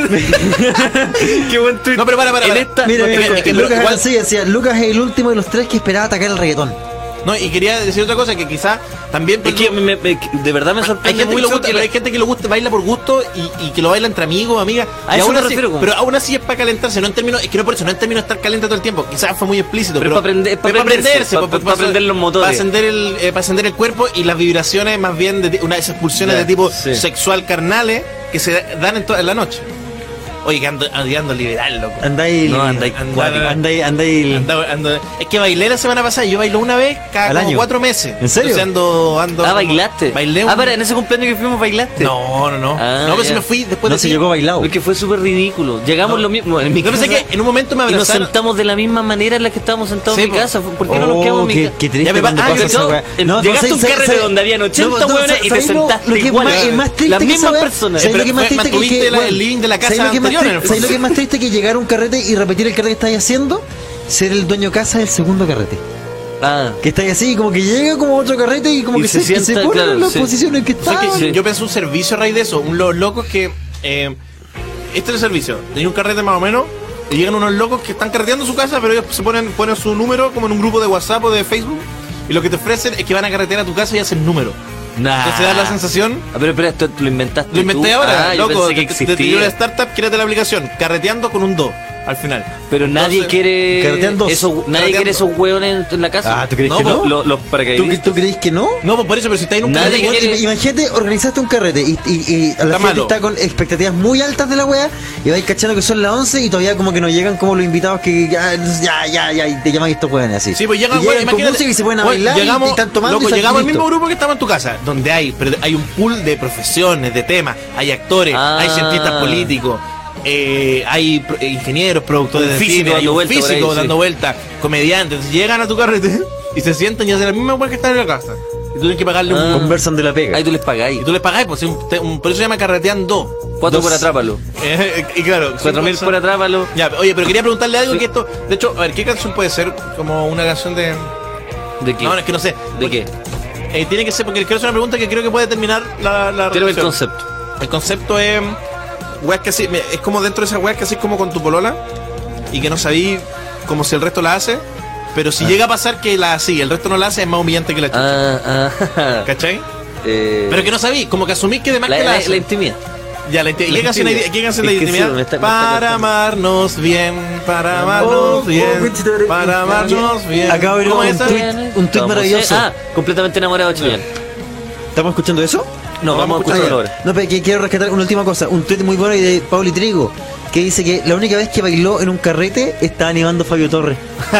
Qué buen tweet.
No, pero para.
En esta,
Mira,
es
mira,
que
Lucas
igual-
así decía: Lucas es el último de los tres que esperaba atacar el reggaetón.
No, y quería decir otra cosa, que quizá también...
es que de verdad me
hay
sorprende
gente que
mucho
lo gusta,
que
pero hay gente que lo gusta, baila por gusto y que lo baila entre amigos, amigas.
A
Y
eso
aún
me
así-
refiero, como-
pero aún así es para calentarse, no en términos, es que no por eso, no en términos de estar caliente todo el tiempo. Quizás fue muy explícito,
Pero
pero
para aprender- para
pero
aprenderse, para aprender los motores.
Para ascender el cuerpo y las vibraciones más bien de una de esas pulsiones
Ya,
de tipo
sí.
sexual carnales que se dan en la noche. Oye, que ando liberal, loco.
Andáis.
No, andáis
cuático.
Andáis.
Es que bailé la semana pasada, yo bailo una vez cada
¿Al
como
año?
4 meses.
¿En serio?
Entonces ando
bailaste.
Bailé
Para, en ese cumpleaños que fuimos bailaste.
No.
Ah,
no, pero
ya.
si me fui después
No
de
se
ti.
llegó bailado.
Porque fue súper ridículo. Llegamos
No.
lo mismo en mi
Yo
casa.
pensé que en un momento me
Y nos
abrazaron.
sentamos de la misma manera en la que estábamos sentados
Sí,
en mi
po.
casa. ¿Por qué no nos quedamos en mi casa?
Qué triste
Ya me
cuando
pa-
pasa esa
¿cachai?
weá.
Llegaste a un carrete donde habían 80 hueones y te sentaste igual.
Es más triste
Las
que
mismas
esa weá.
personas.
¿Sabes lo que es más
Pero
triste
mantuviste
que
el living de la casa
¿sabes lo que es más
anterior, en el
triste? ¿Sabes lo que es más triste que llegar a un carrete y repetir el carrete que estáis haciendo? Ser el dueño casa del segundo carrete.
Ah.
Que estáis así, como que llega como otro carrete y como
Y
que
se
se
sienta,
pone
claro,
en las
sí.
posiciones que
O sea,
está.
que
Sí.
yo pensé un servicio a raíz de eso. Los locos que. Este es el servicio. Tenía un carrete más o menos. Y llegan unos locos que están carreteando su casa, pero ellos ponen su número como en un grupo de WhatsApp o de Facebook. Y lo que te ofrecen es que van a carretear a tu casa y hacen número.
Nah.
Entonces da la sensación.
Ah, pero espera, esto lo inventaste.
Lo inventé
tú.
ahora,
Ah, yo
loco.
pensé que
Te dio una
existía.
startup, créate la aplicación. Carreteando con un 2 al final.
Pero nadie
Entonces,
quiere.
carretean dos.
Nadie
Carretean
quiere
dos.
esos hueones en la casa.
Ah, ¿tú crees
No,
que no?
Los paracaidistas.
¿Tú crees que no?
No, pues por eso, pero si estáis en un
Nadie
carrete.
quiere-
Imagínate, organizaste un carrete y a la
Está
gente
malo.
está con expectativas muy altas de la wea y vais cachando que son las 11 y todavía como que no llegan como los invitados que ya, y te llaman estos weones así.
Sí, pues llegan,
y
bueno,
llegan con
imagínate,
música y se ponen a
bueno,
bailar
llegamos,
y están tomando
loco,
y están
llegamos al
listos.
mismo grupo que estaba en tu casa, donde hay un pool de profesiones, de temas, hay actores,
Ah.
hay cientistas políticos, hay ingenieros, productores
Un
de
físico
cine, hay
dando
un
vuelta por
físico
ahí, sí.
dando vueltas, comediantes. Entonces llegan a tu carrete y se sientan y hacen la misma weá que están en la casa. Y tú tienes que pagarle
Ah.
Conversan de la pega.
Ahí tú les pagáis.
y tú les pagáis, pues, por eso se llama carreteando.
4 por
Dos.
atrápalo.
Y claro,
4.000 por atrápalo.
Ya, oye, pero quería preguntarle algo
Sí.
que esto, de hecho, a ver, ¿qué canción puede ser? Como una canción de...
¿De qué?
No, es que no sé.
¿De qué?
Tiene que ser, porque quiero hacer una pregunta que creo que puede terminar la
Quiero el
reflexión.
concepto.
El concepto es weas que así, es como dentro de esas weas que así como con tu polola y que no sabí como si el resto la hace, pero si llega a pasar que la así, el resto no la hace, es más humillante que la chucha. ¿Cachai? Pero que no sabí, como que asumí que además que la hace.
la intimidad.
Ya, ¿y qué canción hay- qué canción de
Es que
intimidad?
sí, me está
Para
costando.
amarnos bien, para amarnos bien,
conchetumare.
para amarnos bien.
Acabo de ver
¿Cómo
un
es esa?
tuit maravilloso.
Completamente enamorado de Chayanne.
¿Estamos escuchando eso?
No, vamos a escucharlo ahora.
No, pero que quiero rescatar una última cosa. Un tweet muy bueno de Pauli Trigo que dice que la única vez que bailó en un carrete estaba animando a Fabio Torres.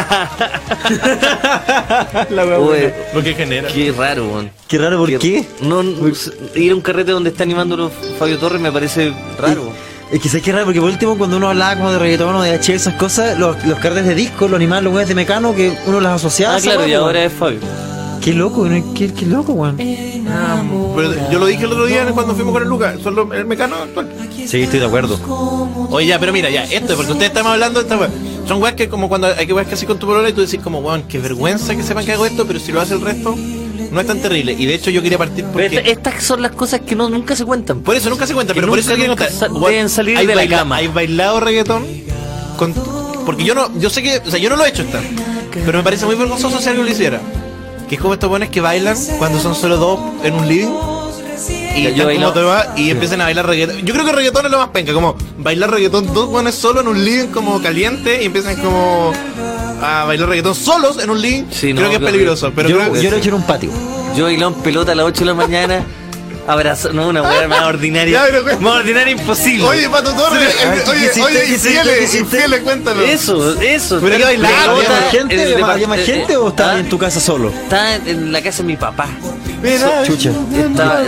La wea
Uy,
buena.
Lo que genera.
qué raro, weón.
Qué raro, ¿por qué?
No, ir a un carrete donde está animándolo Fabio Torres me parece raro.
Es que sé que es raro, porque por último cuando uno hablaba como de reggaetón o de H, esas cosas, los carretes de disco, los animaban los weones de Mecano, que uno las asociaba. a
Ah,
esa
claro,
wea,
y
weón.
ahora es Fabio.
Qué loco, ¿no? Qué loco, weón.
Pero yo lo dije el otro día cuando fuimos con el Lucas, son el Mecano actual.
Sí, estoy de acuerdo.
Oye, ya, pero mira, ya, esto es porque ustedes estamos hablando de esta weá. Son weas que como cuando hay que weas que así con tu polola y tú decís como, weón, qué vergüenza que sepan que hago esto, pero si lo hace el resto, no es tan terrible. Y de hecho yo quería partir
Pero
porque...
estas son las cosas que nunca se cuentan.
Por eso nunca se cuenta,
que
pero por eso
nunca,
quiero
nunca
contar.
deben salir
¿Hay
de la cama.
¿Hay bailado reggaetón? Porque yo sé que, o sea, yo no lo he hecho esta, pero me parece muy vergonzoso si alguien lo hiciera. Que es como estos buenos que bailan cuando son solo dos en un living y
Yo
están
bailo-
como drogados y empiezan a bailar reggaetón. Yo creo que reggaetón es lo más penca, como bailar reggaetón dos buenos solo en un living como caliente y empiezan como a bailar reggaetón solos en un living.
Sí,
creo
no,
que es
creo
peligroso,
que-
pero
Yo
creo que
lo he hecho en un patio.
Yo bailé en pelota a las 8 de la mañana. Abrazo, no, una weá más ordinaria.
Ya, pero-
más ordinaria imposible.
Oye, Pato Torres, infieles, cuéntalo.
Eso.
Pero que bailar,
Pelota
¿Había gente?
en el
¿Había más
depart-
gente o estabas
ah,
en tu casa solo?
Estaba en la casa de mi papá.
Chucha.
Estaba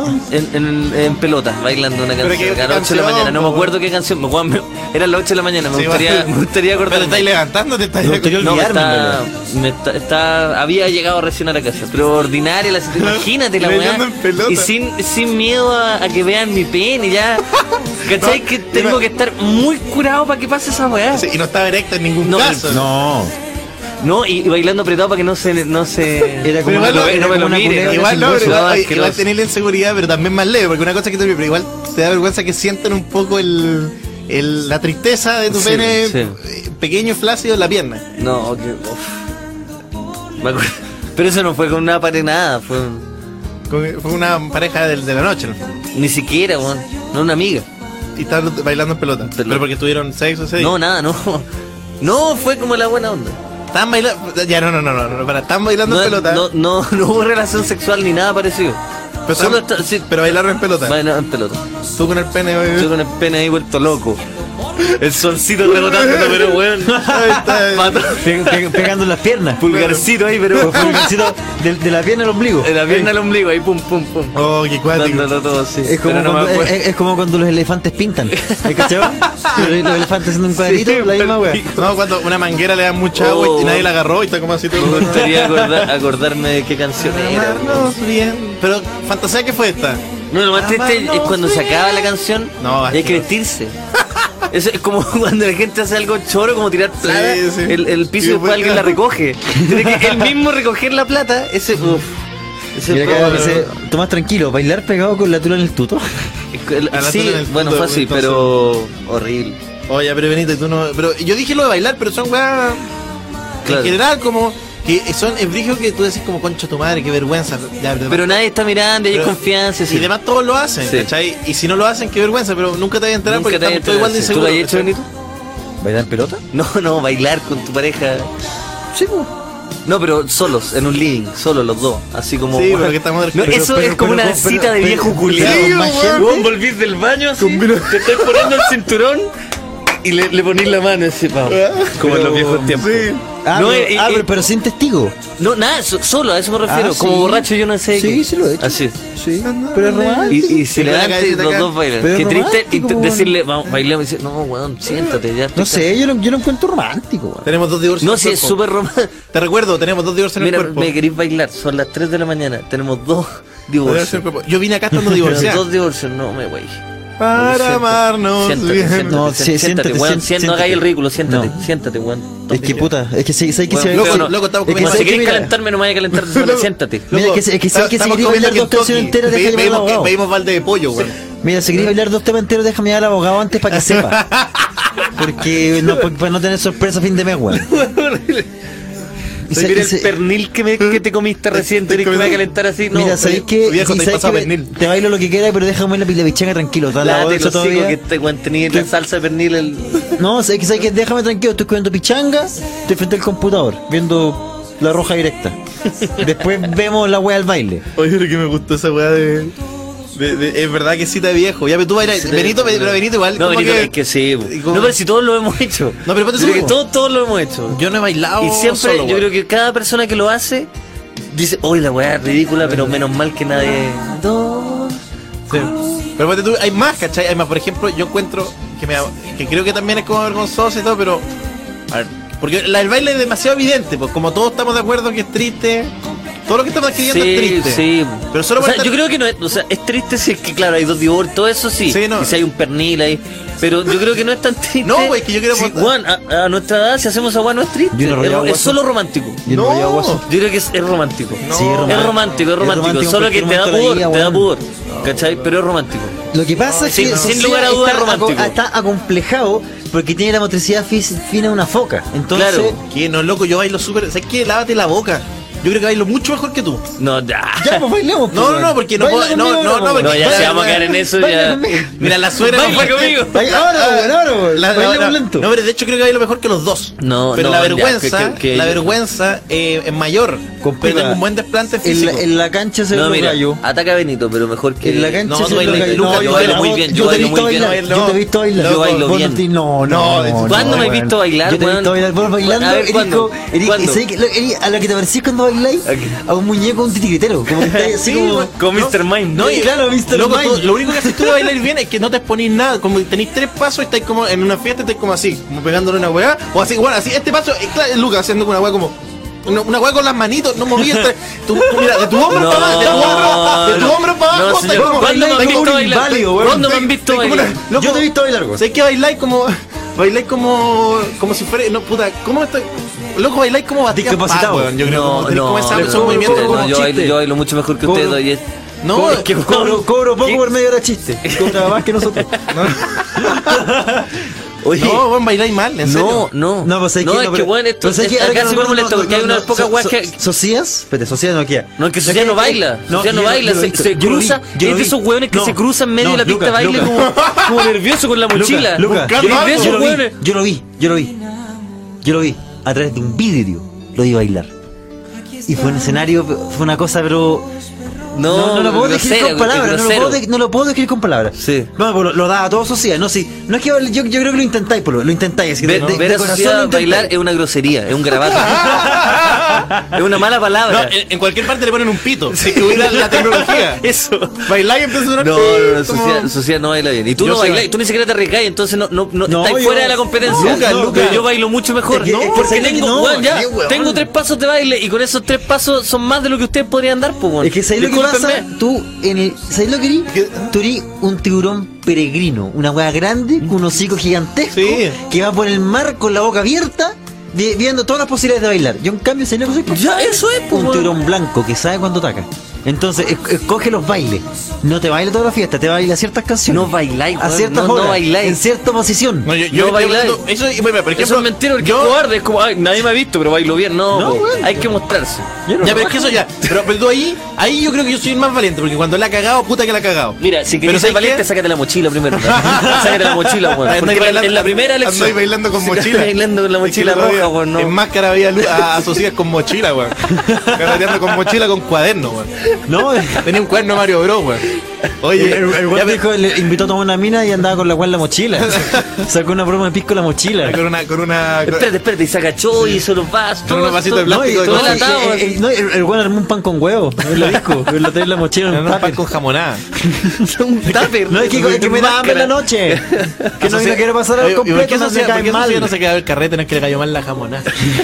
en pelota, bailando una
¿Pero
canción.
qué
A las 8 de la
canción,
mañana, no me
po?
acuerdo qué canción. Eran las 8 de la mañana, me
Sí,
gustaría
Pero
acordarme.
te estáis levantando, te estáis
Me gustaría
No,
olvidarme,
había llegado recién a la casa, pero ordinaria la situación. Imagínate la
Bailando
weá.
en pelota.
Y sin miedo a que vean mi pene, ya. ¿Cachai?
No,
que tengo que estar muy curado para que pase esa weá.
Sí, y no estaba erecto en ningún
No,
caso.
No.
No, y bailando apretado para que no se.
Era como
Pero igual
una-
no-
era
no me
como
lo
una
miren.
culebra
Igual no, pero
silbosa.
igual,
asqueroso.
igual tenés la inseguridad, pero también más leve, porque una cosa que te pero igual te da vergüenza que sientan un poco la tristeza de tu
Sí,
pene
sí.
pequeño y flácido en la pierna.
No, que. uf. Me acuerdo. Pero eso no fue con una pared nada, fue.
Fue una pareja de la noche, en el fondo.
Ni siquiera, weón. No una amiga.
Y estaban bailando en pelota. Pero porque tuvieron sexo ese día.
No, nada, no. No, fue como la buena onda.
Estaban bailando. Ya, no, para, estaban bailando en pelota.
No hubo relación sexual ni nada parecido.
pero,
solo
estaban-
sí,
pero bailaron en pelota.
bailaba en pelota.
Tú con el pene,
Yo con el pene ahí vuelto loco. El solcito rebotando, pero weón.
Ahí está.
Pato.
Pegando en las piernas.
Pulgarcito ahí, pero.
Pulgarcito de la pierna al ombligo.
En la pierna al ombligo, ahí pum, pum, pum.
Oh, qué cuático.
Dándolo todo así.
Es como,
Pero no me
cuando,
acuerdo.
es como cuando los elefantes pintan. ¿Me cachaba? Los elefantes haciendo un cuadrito,
Sí,
la misma wea.
No, cuando una manguera le da mucha agua y nadie la agarró y está como así todo.
Me gustaría acordarme de qué canción era.
Amarnos bien. Pero, fantasía, ¿qué fue esta?
No, lo más triste es cuando se acaba la canción
No,
y hay que vestirse. Eso es como cuando la gente hace algo choro, como tirar plata,
Sí, sí.
el piso
Y
y después
después,
alguien la recoge. Tiene que él mismo recoger la plata, ese
Mira
fue-
acá dice, Tomás tranquilo, bailar pegado con la tula en el tuto.
A la
sí,
tula en el
bueno,
fondo,
fue así,
entonces.
pero horrible.
Oye, pero Benito, tú no. Pero yo dije lo de bailar, pero son weas.
Claro.
En general, como. Que son es brillo que tú decís como concha tu madre, qué vergüenza. Ya,
Pero nadie está mirando y hay
pero-
confianza.
Y demás todos lo hacen,
Sí.
¿cachai? Y si no lo hacen, qué vergüenza, pero nunca te vas a enterar
Nunca
porque
te
estamos todos igual de
¿Tú lo has
inseguros.
hecho,
¿cachai?
Benito?
¿Bailar en pelota?
No, bailar con tu pareja.
Sí, pues.
No, pero solos, en un living, solos los dos. Así como.
Sí, pero que estamos del-
No,
pero-
eso
pero-
es como
pero-
una
pero-
cita de
pero-
viejo
pero-
culiado.
pero- más gente.
Vos volvís del baño así, te estás poniendo el cinturón y le ponís la mano así, vamos. Como en los viejos tiempos.
Sí.
Ah,
No,
pero sin testigo.
No, nada, solo, a eso me refiero.
Ah,
como
sí.
borracho yo no sé.
Sí,
qué.
sí lo he hecho.
Así.
Sí, pero es romántico.
Y se
Y con la
levantan y
cabecita
los
acá.
dos bailan.
Pero
Qué
es
triste
romántico, po,
decirle, vamos, bailemos. Y dice, no, weón, siéntate ya.
No sé, yo lo encuentro romántico, weón.
Tenemos dos divorcios.
No,
en el
sí, es
cuerpo.
súper romántico.
Te recuerdo, tenemos dos divorcios en el
Mira,
cuerpo.
me queréis bailar, son las 3 de la mañana, tenemos dos
Divorcios en el
divorcios.
cuerpo. Yo vine acá estando
Pero
divorciado.
dos divorcios, no me voy.
Para amarnos
Siéntate,
bien.
siéntate,
No,
siéntate,
siéntate,
weón,
siéntate.
no hagáis el ridículo, siéntate,
No.
siéntate, weón.
Es que puta, es que ¿sabes que
Bueno,
si
loco,
no,
loco, estamos
es que
comiendo-
Si
¿sabes
queréis
que mira,
calentarme, no me vaya a calentar solo, siéntate.
Mira, que si queréis bailar dos canciones enteras, deja llamar al abogado.
Pedimos balde de pollo, güey.
Mira, si queréis bailar dos temas enteros, déjame llamar al abogado antes para que sepa. Porque no, para no tener sorpresa a fin de mes, weón. Y
Mira el
se-
pernil que te comiste recién, tenés que me vaya a calentar así, no.
Mira, ¿sabéis que
viejo, te
¿sabéis
pasado
que
pernil.
te bailo lo que quieras, pero déjame la pichanga tranquilo? ¿Está la
Date
bolsa
los hocico
todavía?
que te weón, tenías la salsa de pernil.
No, ¿sabes que déjame tranquilo? Estoy comiendo pichanga, estoy frente al computador, viendo la roja directa. Después vemos la wea al baile.
Oye, pero que me gustó esa weá de. Es verdad que cita de viejo. Ya, pero tú bailas.
Sí,
Benito,
sí.
pero Benito igual.
No,
como
Benito, es que sí.
y como-
No, pero si todos lo hemos hecho.
No, pero ponte
Yo creo que
solo.
todos lo hemos hecho.
Yo no he bailado.
Y siempre,
solo,
yo
weón.
creo que cada persona que lo hace dice, uy, la weá es ridícula, pero menos mal que nadie.
Sí. Pero ponte tú, hay más, ¿cachai? Hay más. Por ejemplo, yo encuentro que creo que también es como vergonzoso y todo, pero. A ver, porque el baile es demasiado evidente, pues como todos estamos de acuerdo que es triste. Todo lo que estamos escribiendo es triste.
sí.
Pero solo
O
por
sea,
estar-
yo creo que no es, o sea, es triste si es que, claro, hay dos divorcios, todo eso sí.
Sí, no.
Y si hay un pernil ahí. Pero yo creo que no es tan triste.
No, güey, que yo quiero
Sí,
aportar-
Juan, a nuestra edad, si hacemos agua, no es triste.
Yo no
Es,
rollo
es
guaso.
solo romántico.
Y el
No.
rollo guaso.
Yo creo que es romántico.
No.
Sí,
Es romántico.
Es romántico
Solo
en
que te
cualquier
da
momento de
pudor,
la vida,
te da
weón.
pudor. ¿Cachai? Pero es romántico.
Lo que pasa es
Sí,
que
no, sin
Sofía
lugar a dudas
está
romántico.
está acomplejado porque tiene la motricidad fina de una foca. Entonces,
Claro.
Que no, loco, yo bailo súper. ¿Sabes qué? Lávate la boca. yo creo que bailo mucho mejor que tú.
No, ya.
Ya, pues bailemos. pues,
No,
weón.
porque no
Baila
puedo.
conmigo,
No,
weón.
porque.
No, ya se vamos a caer en eso,
Baila
ya.
conmigo.
Mira, la suegra.
Baila conmigo.
Ahora, weón. Bailemos lento.
No, pero de hecho creo que bailo mejor que los dos.
No,
pero
no,
la
ya,
vergüenza,
que-
la vergüenza es mayor. Pero tengo un buen desplante físico.
En la cancha se
No,
ve
mira,
gallo.
ataca a Benito, pero mejor que.
En la cancha
No,
se
tú
ve
bailas,
gallo.
Lucas,
No,
yo bailo
no,
muy bien, yo
te he
bailo
visto
muy bien.
bailar, Yo te he visto bailar.
Yo bailo
Vos
bien.
No.
¿Cuándo me has
weón.
visto bailar,
Yo te he
weón?
visto bailar. Vos bailando,
A ver,
eres
¿cuándo?
como-
¿Cuándo?
¿sabes qué? A lo que te parecís cuando bailáis, a un muñeco, un titiritero. Como que estáis así
Sí,
como...
weón.
Con Mr. Mind.
No, y
Claro, Mr.
loco,
Mind.
lo único que haces tú de bailar bien es que no te exponís nada. Como tenéis 3 pasos y estáis como en una fiesta, estáis como así, como pegándole una weá. O así, bueno, así, este paso, claro, Lucas haciendo una weá como. Una weá con las manitos, no movías. Mira, de tu hombro
No,
para abajo, de tu hombro para
no,
abajo.
señor.
estáis como-
¿Cuándo me han
Bailáis
visto
como un
bailar?
inválido, weón.
¿Cuándo me han visto
estáis como
bailar?
Yo te he visto bailar, weón.
¿Sabes que bailáis como. Bailáis como si fuera. No, puta, ¿cómo estoy? Loco, bailáis como Bastián
Discapacitado.
Paz, weón. Yo creo
No,
como tenéis
no,
como
pero-
esos movimientos
pero
como
no, yo
chiste.
bailo mucho mejor que
Cobro-
ustedes. Oye.
No,
es que
Cobro poco por medio hora chiste. Cobra más que nosotros.
Oye,
no, weón, bailáis mal, en serio.
no.
No, pues
es que bueno, esto
pues es que
acá se me molesta porque hay una pocas weas que.
¿Socias? Espérate, Socias no queda.
No, es que Socias no baila. Socias no baila, se cruza. Es de esos hueones que se cruzan en medio de la pista de baile como nervioso con la mochila.
Lucas,
Yo vi de esos hueones.
yo lo vi a través de un vidrio, lo vi bailar. Y fue un escenario, fue una cosa, pero no lo puedo describir con palabras, no lo puedo describir con palabras.
Sí.
No, pues lo daba a todos Sociedad, no, sí. No es que yo creo que lo intentáis, lo intentáis. Así,
Ver
de
a
corazón
Sociedad
lo intentáis.
bailar es una grosería, es un garabato. Es una mala
No,
palabra.
en cualquier parte le ponen un pito. Si que hubiera la tecnología.
Eso.
Bailar y empieza a sonar.
No,
como-
Sociedad no baila bien. Y tú
Yo
no
sé
bailas, tú ni siquiera te recaes, entonces no
No,
estás
yo-
fuera de la competencia.
Lucas,
Pero yo bailo mucho mejor.
Es que- es que
Porque
sabes
tengo,
que no,
weón, ya,
qué weón.
tengo 3 pasos de baile y con esos 3 pasos son más de lo que ustedes podrían dar, pues, weón.
Es que ¿sabes lo que pasa?
Discúlpenme.
Tú, ¿sabes lo que eres? Tú eres un tiburón peregrino, una hueá grande, con un hocico gigantesco,
Sí.
que va por el mar con la boca abierta, viendo todas las posibilidades de bailar. Yo en cambio, ¿sabes lo que soy?
Ya, eso es, pues,
Un
weón.
tiburón blanco que sabe cuándo ataca. Entonces, escoge los bailes. No te baila toda la fiesta, te baila ciertas canciones.
No bailáis,
a
weón,
ciertas
no
horas,
bailáis.
en cierta posición.
No,
No bailar.
Eso, bueno, por ejemplo,
Eso es mentira, porque es cobarde, es como, ay, nadie me ha visto, pero bailo bien. No,
No,
po,
weón.
hay que mostrarse.
Yo no
Ya, pero
lo
es que eso ya. Pero tú ahí yo creo que yo soy el más valiente, porque cuando la ha cagado, puta que la ha cagado.
Mira, si
Pero
quieres ser
¿sabes
valiente,
qué?
sácate la mochila primero. Sácate la mochila, weón.
Andáis
Porque
bailando-
en la primera elección.
andáis bailando con
Sí,
mochila.
bailando con la mochila
Es que el otro
roja,
día
weón, no.
En máscara había asocias con mochila, weón. Carreteando con mochila con cuaderno, weón.
No,
Tenía un cuaderno Mario Bros, weón. Oye,
el
ya,
weón
pero-
dijo, le invitó a tomar una mina y andaba con la weá en la mochila. Sacó una broma de pisco en la mochila.
con una.
Espérate, y se agachó y hizo los vasos.
Con unos vasitos de
No,
plástico de
todo
cocina.
atado,
el weón armó un pan con huevo en la disco. Lo tenía en la mochila en
Era
un
un pan
tupper.
con jamonada.
un tupper.
No, es que me da hambre en la noche. Que no quiere pasar al
Oye, ¿y por qué
completo,
eso
no se
¿por
cae
qué
mal.
eso no se queda el carrete? No es que le cayó mal la jamonada.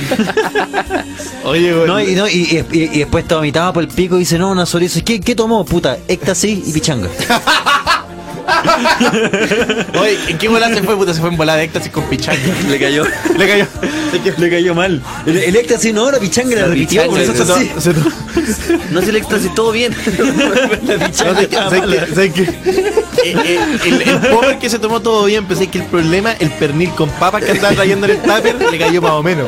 Oye, weón.
Y después te vomitaba por el pico y dice, no, una psoriasis. ¿Qué tomó, puta? Éxtasis y pichanga.
Oye, ¿en qué volada se fue, puta? Se fue en volada de éxtasis con pichanga.
Le cayó.
Le cayó.
Le cayó mal. El éxtasis no, la pichanga la repitió.
pichanga,
Por eso
no,
sí.
No se le éxtasis, todo bien.
La pichanga estaba mala.
¿Sabes qué? El power que se tomó todo bien, pensé que el problema, el pernil con papas que andaba trayendo en el tupper, le cayó más o menos.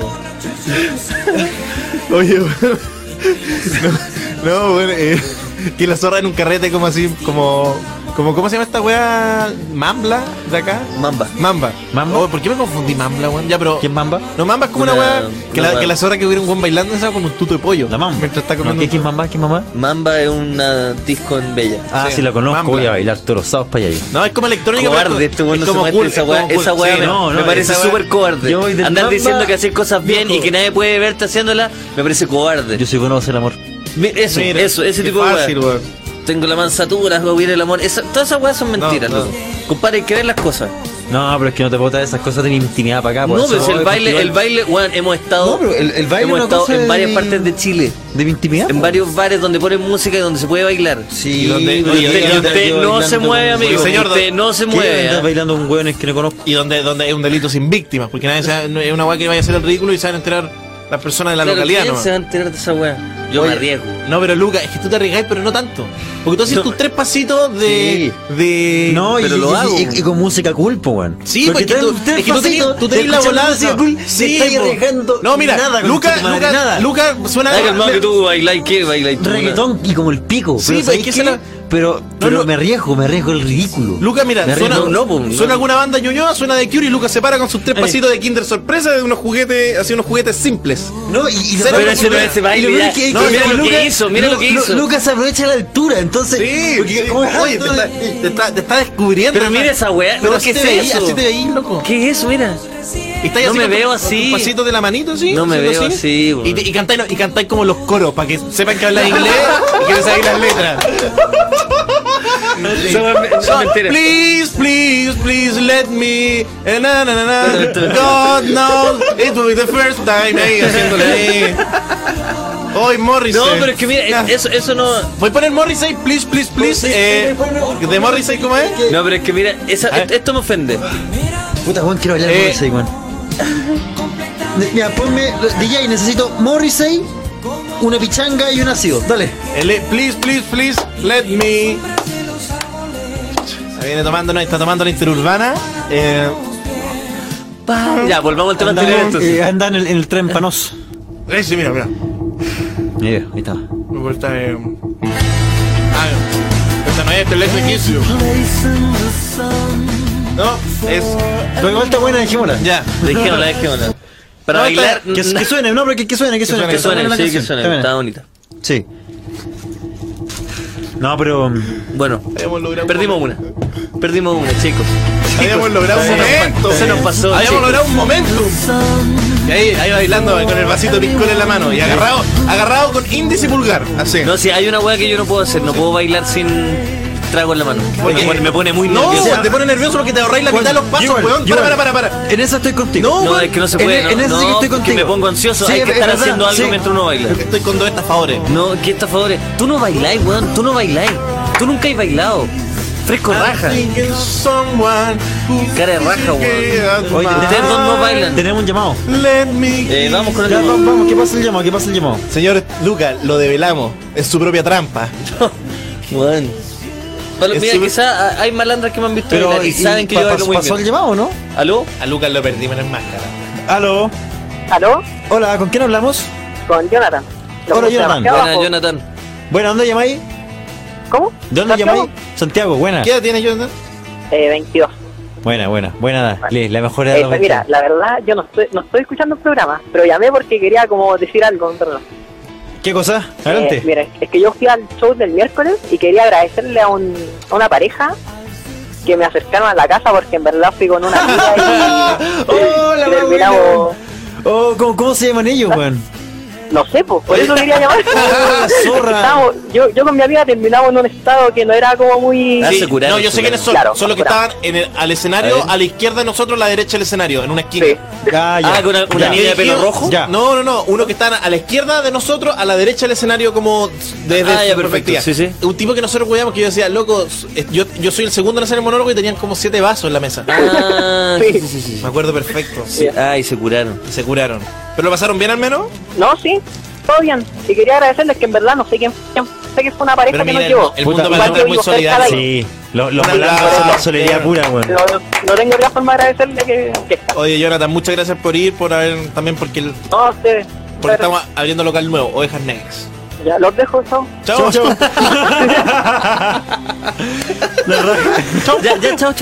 Oye, bueno. No, bueno, que la zorra en un carrete como así, como ¿cómo se llama esta weá? ¿Mambla? ¿De acá?
Mamba.
Mamba.
¿Mamba?
Oh, ¿por qué me confundí Mambla, weón? Ya, pero...
¿Quién mamba?
No, Mamba es como una
Una-
weá que
una-
la zorra que hubiera un buen bailando esa con un tuto de pollo.
La mamba.
Mientras está
No,
comiendo...
¿quién mamba? ¿Quién mamba?
Mamba es una disco en Bella.
Ah,
Sí,
sí, la conozco.
Mambla.
Voy a bailar todos los sábados para allá.
No, es como electrónica.
Cobarde, este weón no se muestra esa weá. Esa weá me parece
esa weá-
súper cobarde.
Yo voy del
Andar
Mamba,
diciendo que haces cosas bien
loco.
y que nadie puede verte haciéndola, me parece cobarde.
Yo soy bueno para hacer amor.
Eso,
Mira,
ese
qué
tipo de
fácil,
weá.
weón.
Tengo la mansatura, hubiera el amor. Todas esas weas son mentiras,
No, no.
loco. Compadre, hay que ver las cosas.
No, pero es que no te puedo traer esas cosas de intimidad para acá. por
No,
eso
pero si
voy
el
al
baile, weón, hemos estado.
No, pero el baile
hemos
es una
estado
cosa
en varias
de-
partes de Chile.
¿De mi intimidad?
En varios bares donde ponen música y donde se puede bailar.
Sí,
Y donde-
pero
y
yo-
donde-
yo-
Usted
yo
no
bailando
se mueve,
con
amigo.
hueones.
Señor,
Usted no se
¿Qué
mueve.
andas
¿ah?
bailando con hueones que no conozco?
Y donde es un delito sin víctimas, porque nadie no es una weá que vaya a hacer el ridículo y se van a enterar las personas de la
Claro,
localidad,
¿quién
¿no?
se va a enterar de esa wea? Yo
Oye,
me arriesgo.
No, pero Lucas, es que tú te arriesgáis, pero no tanto. Porque tú haces tus 3 pasitos de...
No,
pero lo hago.
y con música cool, po, weón.
Sí, porque tú tenés la volada. Sí,
te estás arriesgando.
No, mira,
nada,
Lucas suena...
Ay, calmado, que tú bailáis, ¿qué bailáis tú?
Reggaetón y como el pico.
Sí,
pero
pues,
¿sabes
que
qué? Pero
no.
me arriesgo el ridículo.
Lucas, mira,
Me
suena,
arriesgo.
suena alguna banda ñoñoa, suena de Cure y Lucas se para con sus 3 pasitos de Kinder Sorpresa de unos juguetes, así unos juguetes simples.
No,
Pero ese no es ese baile, ya. No, mira lo que hizo, mira lo que hizo.
Lucas aprovecha la altura, entonces.
Sí,
porque,
oye, te está descubriendo.
Pero mira esa weá,
Pero
¿qué
así
es
te veí,
eso?
así te veí, loco.
¿Qué es eso? Mira.
¿Estáis
No
así
me
con
veo
con
así.
un pasito de la manito, ¿sí?
No me
¿Haciendo
veo así, weón.
Y cantáis como los coros, para que sepan que hablas inglés y que no sabéis las letras.
Son mentiras.
Please let me. God knows it will be the first time. Ahí haciéndole ahí. Hoy Morrissey.
No, pero es que mira, eso no.
Voy a poner Morrissey, please. ¿De Morrissey cómo es?
No, pero es que mira, esto me ofende.
Puta, Juan, quiero bailar Morrissey, Juan. Mira, ponme. DJ, necesito Morrissey, una pichanga y un ácido. Dale.
Please, let me. Está tomando la interurbana.
Ya, volvamos al tema
Anda,
anterior entonces.
anda en el tren panoso.
Sí, mira.
Mira, ahí está.
Esta no es The Leslie Kiss You. No, es.
Pero igual está buena, dejémosla.
Ya.
Dejémosla. Para
No,
bailar.
Que suene, no, pero que suene.
Que suene,
la
sí, que
canción.
suene.
Está
Está bonita.
Sí. No, pero.
Bueno,
Habíamos logrado
perdimos una, chicos.
Habíamos logrado un momento.
Se nos pasó.
Habíamos
chicos.
logrado un momentum. Y ahí bailando con el vasito de piscola en la mano. Y agarrado con índice y pulgar. Así.
No, si hay una weá que yo no puedo hacer, no puedo bailar sin trago en la mano.
Porque
Me pone muy
no,
nervioso.
te pone nervioso porque te ahorráis la mitad de los pasos, weón. Para.
En eso estoy contigo.
No, es que no se puede.
En eso sí que estoy
que
contigo.
me pongo ansioso.
Sí,
hay que
es
estar
verdad,
haciendo algo
sí.
mientras uno baila.
Estoy con 2 estafadores.
No, ¿qué estafadores? Tú no bailáis, weón. Tú no bailáis. Tú nunca has bailado. Fresco raja. Cara de raja, weón.
Oye,
Ustedes dos no bailan.
Tenemos un llamado.
Vamos con el
Ya,
tema.
vamos, ¿qué pasa el llamado?
Señor Lucas, lo develamos. Es su propia trampa.
Weón. Mira, quizás hay malandras que me han visto bailar y saben que yo bailo muy
¿Pasó el
bien.
llamado, no?
¿Aló?
A Lucas lo perdimos en máscara.
Aló.
¿Aló?
Hola, ¿con quién hablamos?
Con Jonathan.
Hola, Jonathan.
Buena, Jonathan.
Bueno, ¿dónde llamáis?
¿Cómo?
¿De dónde
¿Santiago?
llamáis? Santiago, buena.
¿Qué edad tienes, Jonathan?
22.
Buena edad. La mejor edad de los
Mira, la verdad, yo no estoy escuchando el programa, pero llamé porque quería como decir algo, en verdad.
¿Qué cosa? Adelante.
Mira, es que yo fui al show del miércoles y quería agradecerle a una pareja que me acercaron a la casa porque en verdad fui con una amiga y terminamos...
Oh, ¿cómo se llaman ellos, weón?
No sé, pues, por eso quería llamar.
Zorra.
Yo con mi amiga terminamos en un estado que no era como muy...
Sí, se curaron,
no, yo sé quiénes son.
Claro,
son los que
curaron.
estaban al escenario, a la izquierda de nosotros, a la derecha del escenario, en una esquina.
Sí.
Con una niña de pelo rojo.
Ya.
No, uno que está a la izquierda de nosotros, a la derecha del escenario, como desde
ya,
su
perfecto.
perspectiva.
Sí.
Un tipo que nosotros cuidamos, que yo decía, loco, yo soy el segundo en hacer el monólogo y tenían como 7 vasos en la mesa.
Sí.
Me acuerdo perfecto.
Sí.
Ay, se curaron.
Y se curaron. ¿Pero lo pasaron bien al menos?
No, sí, todo bien. Y quería agradecerles que en verdad no sé quién sé que fue una pareja
Pero
que
mira,
nos llevó.
el mundo
Puta,
malandro es muy
igual yo vivo cerca de
solidario.
ahí.
Sí, los
Un
malandros
aplauso.
son la solidaridad pura, weón.
No tengo otra forma de agradecerle que
Oye, Jonathan, muchas gracias por ir, por haber también, porque
no, a ustedes.
porque estamos abriendo local nuevo, Ovejas Negras.
Ya, los dejo, chao.
Chao.
Ya, chao.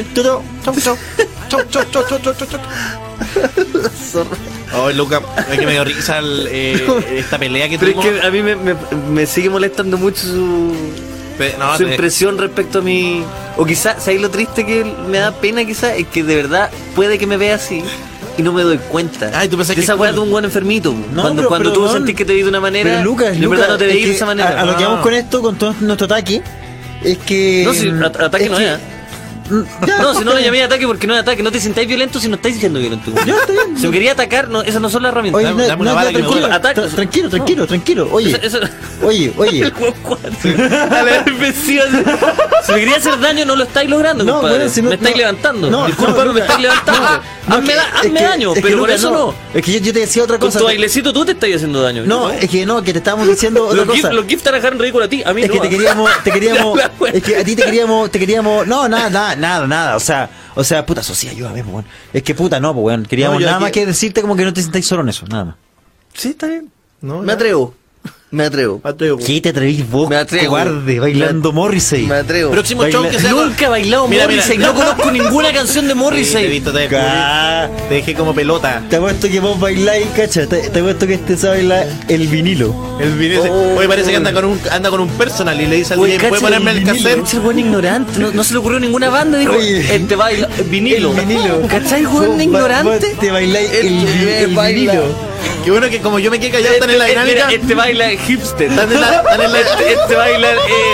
Oye, Luca, es que me dio risa esta pelea que
Pero es
tuvimos.
que a mí me sigue molestando mucho su impresión respecto a mi... O quizás, ¿sabes lo triste que me da pena quizás? Es que de verdad puede que me vea así y no me doy cuenta.
Ay, tú pensás
de
que
esa
es
weá
cool.
de un buen enfermito.
No,
cuando
pero
tú
weón,
sentís que te vi de una manera,
Pero Lucas,
en verdad no te
es
veí de
que
esa manera.
A lo que vamos con esto, con todo nuestro ataque, es que...
No, si ataque
es
no
que-
es. No, si no lo llamé ataque porque no es ataque. No te sintáis violento si no estáis siendo violento.
Ya, está bien.
Si me quería atacar, no, esas no son las herramientas.
Oye,
Dame una bala que me
tranquilo,
duela.
Ataque.
tranquilo. Oye,
Eso-
oye.
Dale, imbécil. Si me quería hacer daño, no lo estáis logrando,
No,
compadre.
bueno, si no-
me estáis
no.
levantando.
No,
Disculpa,
no,
me estáis levantando. Hazme,
es
hazme
que-
daño,
es que,
pero por
Lucas,
eso no.
Es que yo te decía otra
Con
cosa.
tu bailecito tú te estás haciendo daño.
No, es que no, que te estábamos diciendo otra cosa.
Los gifs te dejaron ridículo a ti, a mí
Es
no.
que te queríamos,
La wea.
es que a ti te queríamos, no, nada, o sea, puta, Socia, ayúdame, pues, weón. Es que puta, no, pues, weón, queríamos
No, yo
nada
aquí-
más que decirte como que no te sintáis solo en eso, nada más.
Sí, está bien.
No,
Me atrevo. Me atrevo.
¿Qué te atrevís vos,
Me atrevo.
cobarde, bailando Morrissey?
Me atrevo.
Próximo show que sea.
Nunca he bailado
Mira,
Morrissey.
mira.
No conozco ninguna canción de
Te he
Morrissey.
visto, te
Ah.
descubrí. Te dejé como pelota.
Te apuesto que vos bailáis, cacha, te apuesto que este sabe bailar el vinilo.
El vinilo.
Oh.
Oye, parece que anda con un personal y le dice al
Oye,
DJ, ¿puede
cacha,
ponerme el cassette?
Ese buen ignorante. No se le ocurrió ninguna banda. Dijo,
Oye.
este baila vinilo.
El vinilo.
¿Cachai,
Vos
weón ignorante?
vos te bailáis
Este
el
baila.
vinilo.
Qué bueno que como yo me quedé callado, están en la dinámica.
Este baila hipster.
Están en la-
Este baila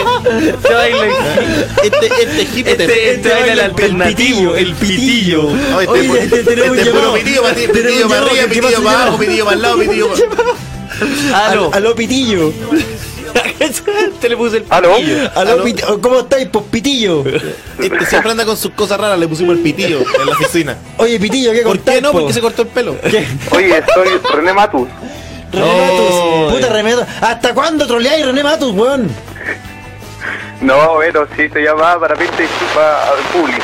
Este hipster.
Este baila el alternativo, el pitillo.
Oye,
Oye,
este
tenemos
puro
llamado.
pitillo para ti,
Tenemos
pitillo para
llamado,
arriba,
¿qué
pitillo
pasa,
para abajo,
llamado?
pitillo para el lado, pitillo para...
Aló.
Aló, pitillo.
Te le puse el
¿Aló?
pitillo.
Aló, ¿cómo estáis, pues, pitillo?
Este siempre anda con sus cosas raras, le pusimos el pitillo en la oficina.
Oye, pitillo, ¿qué
¿Por
contáis,
qué no?
po?
Porque se cortó el pelo.
¿Qué?
Oye, soy René Matus.
René Matus. Puta, René Matus. ¿Hasta cuándo troleáis, René Matus, weón?
No, bueno, sí, te llamaba para pedirte disculpas al público.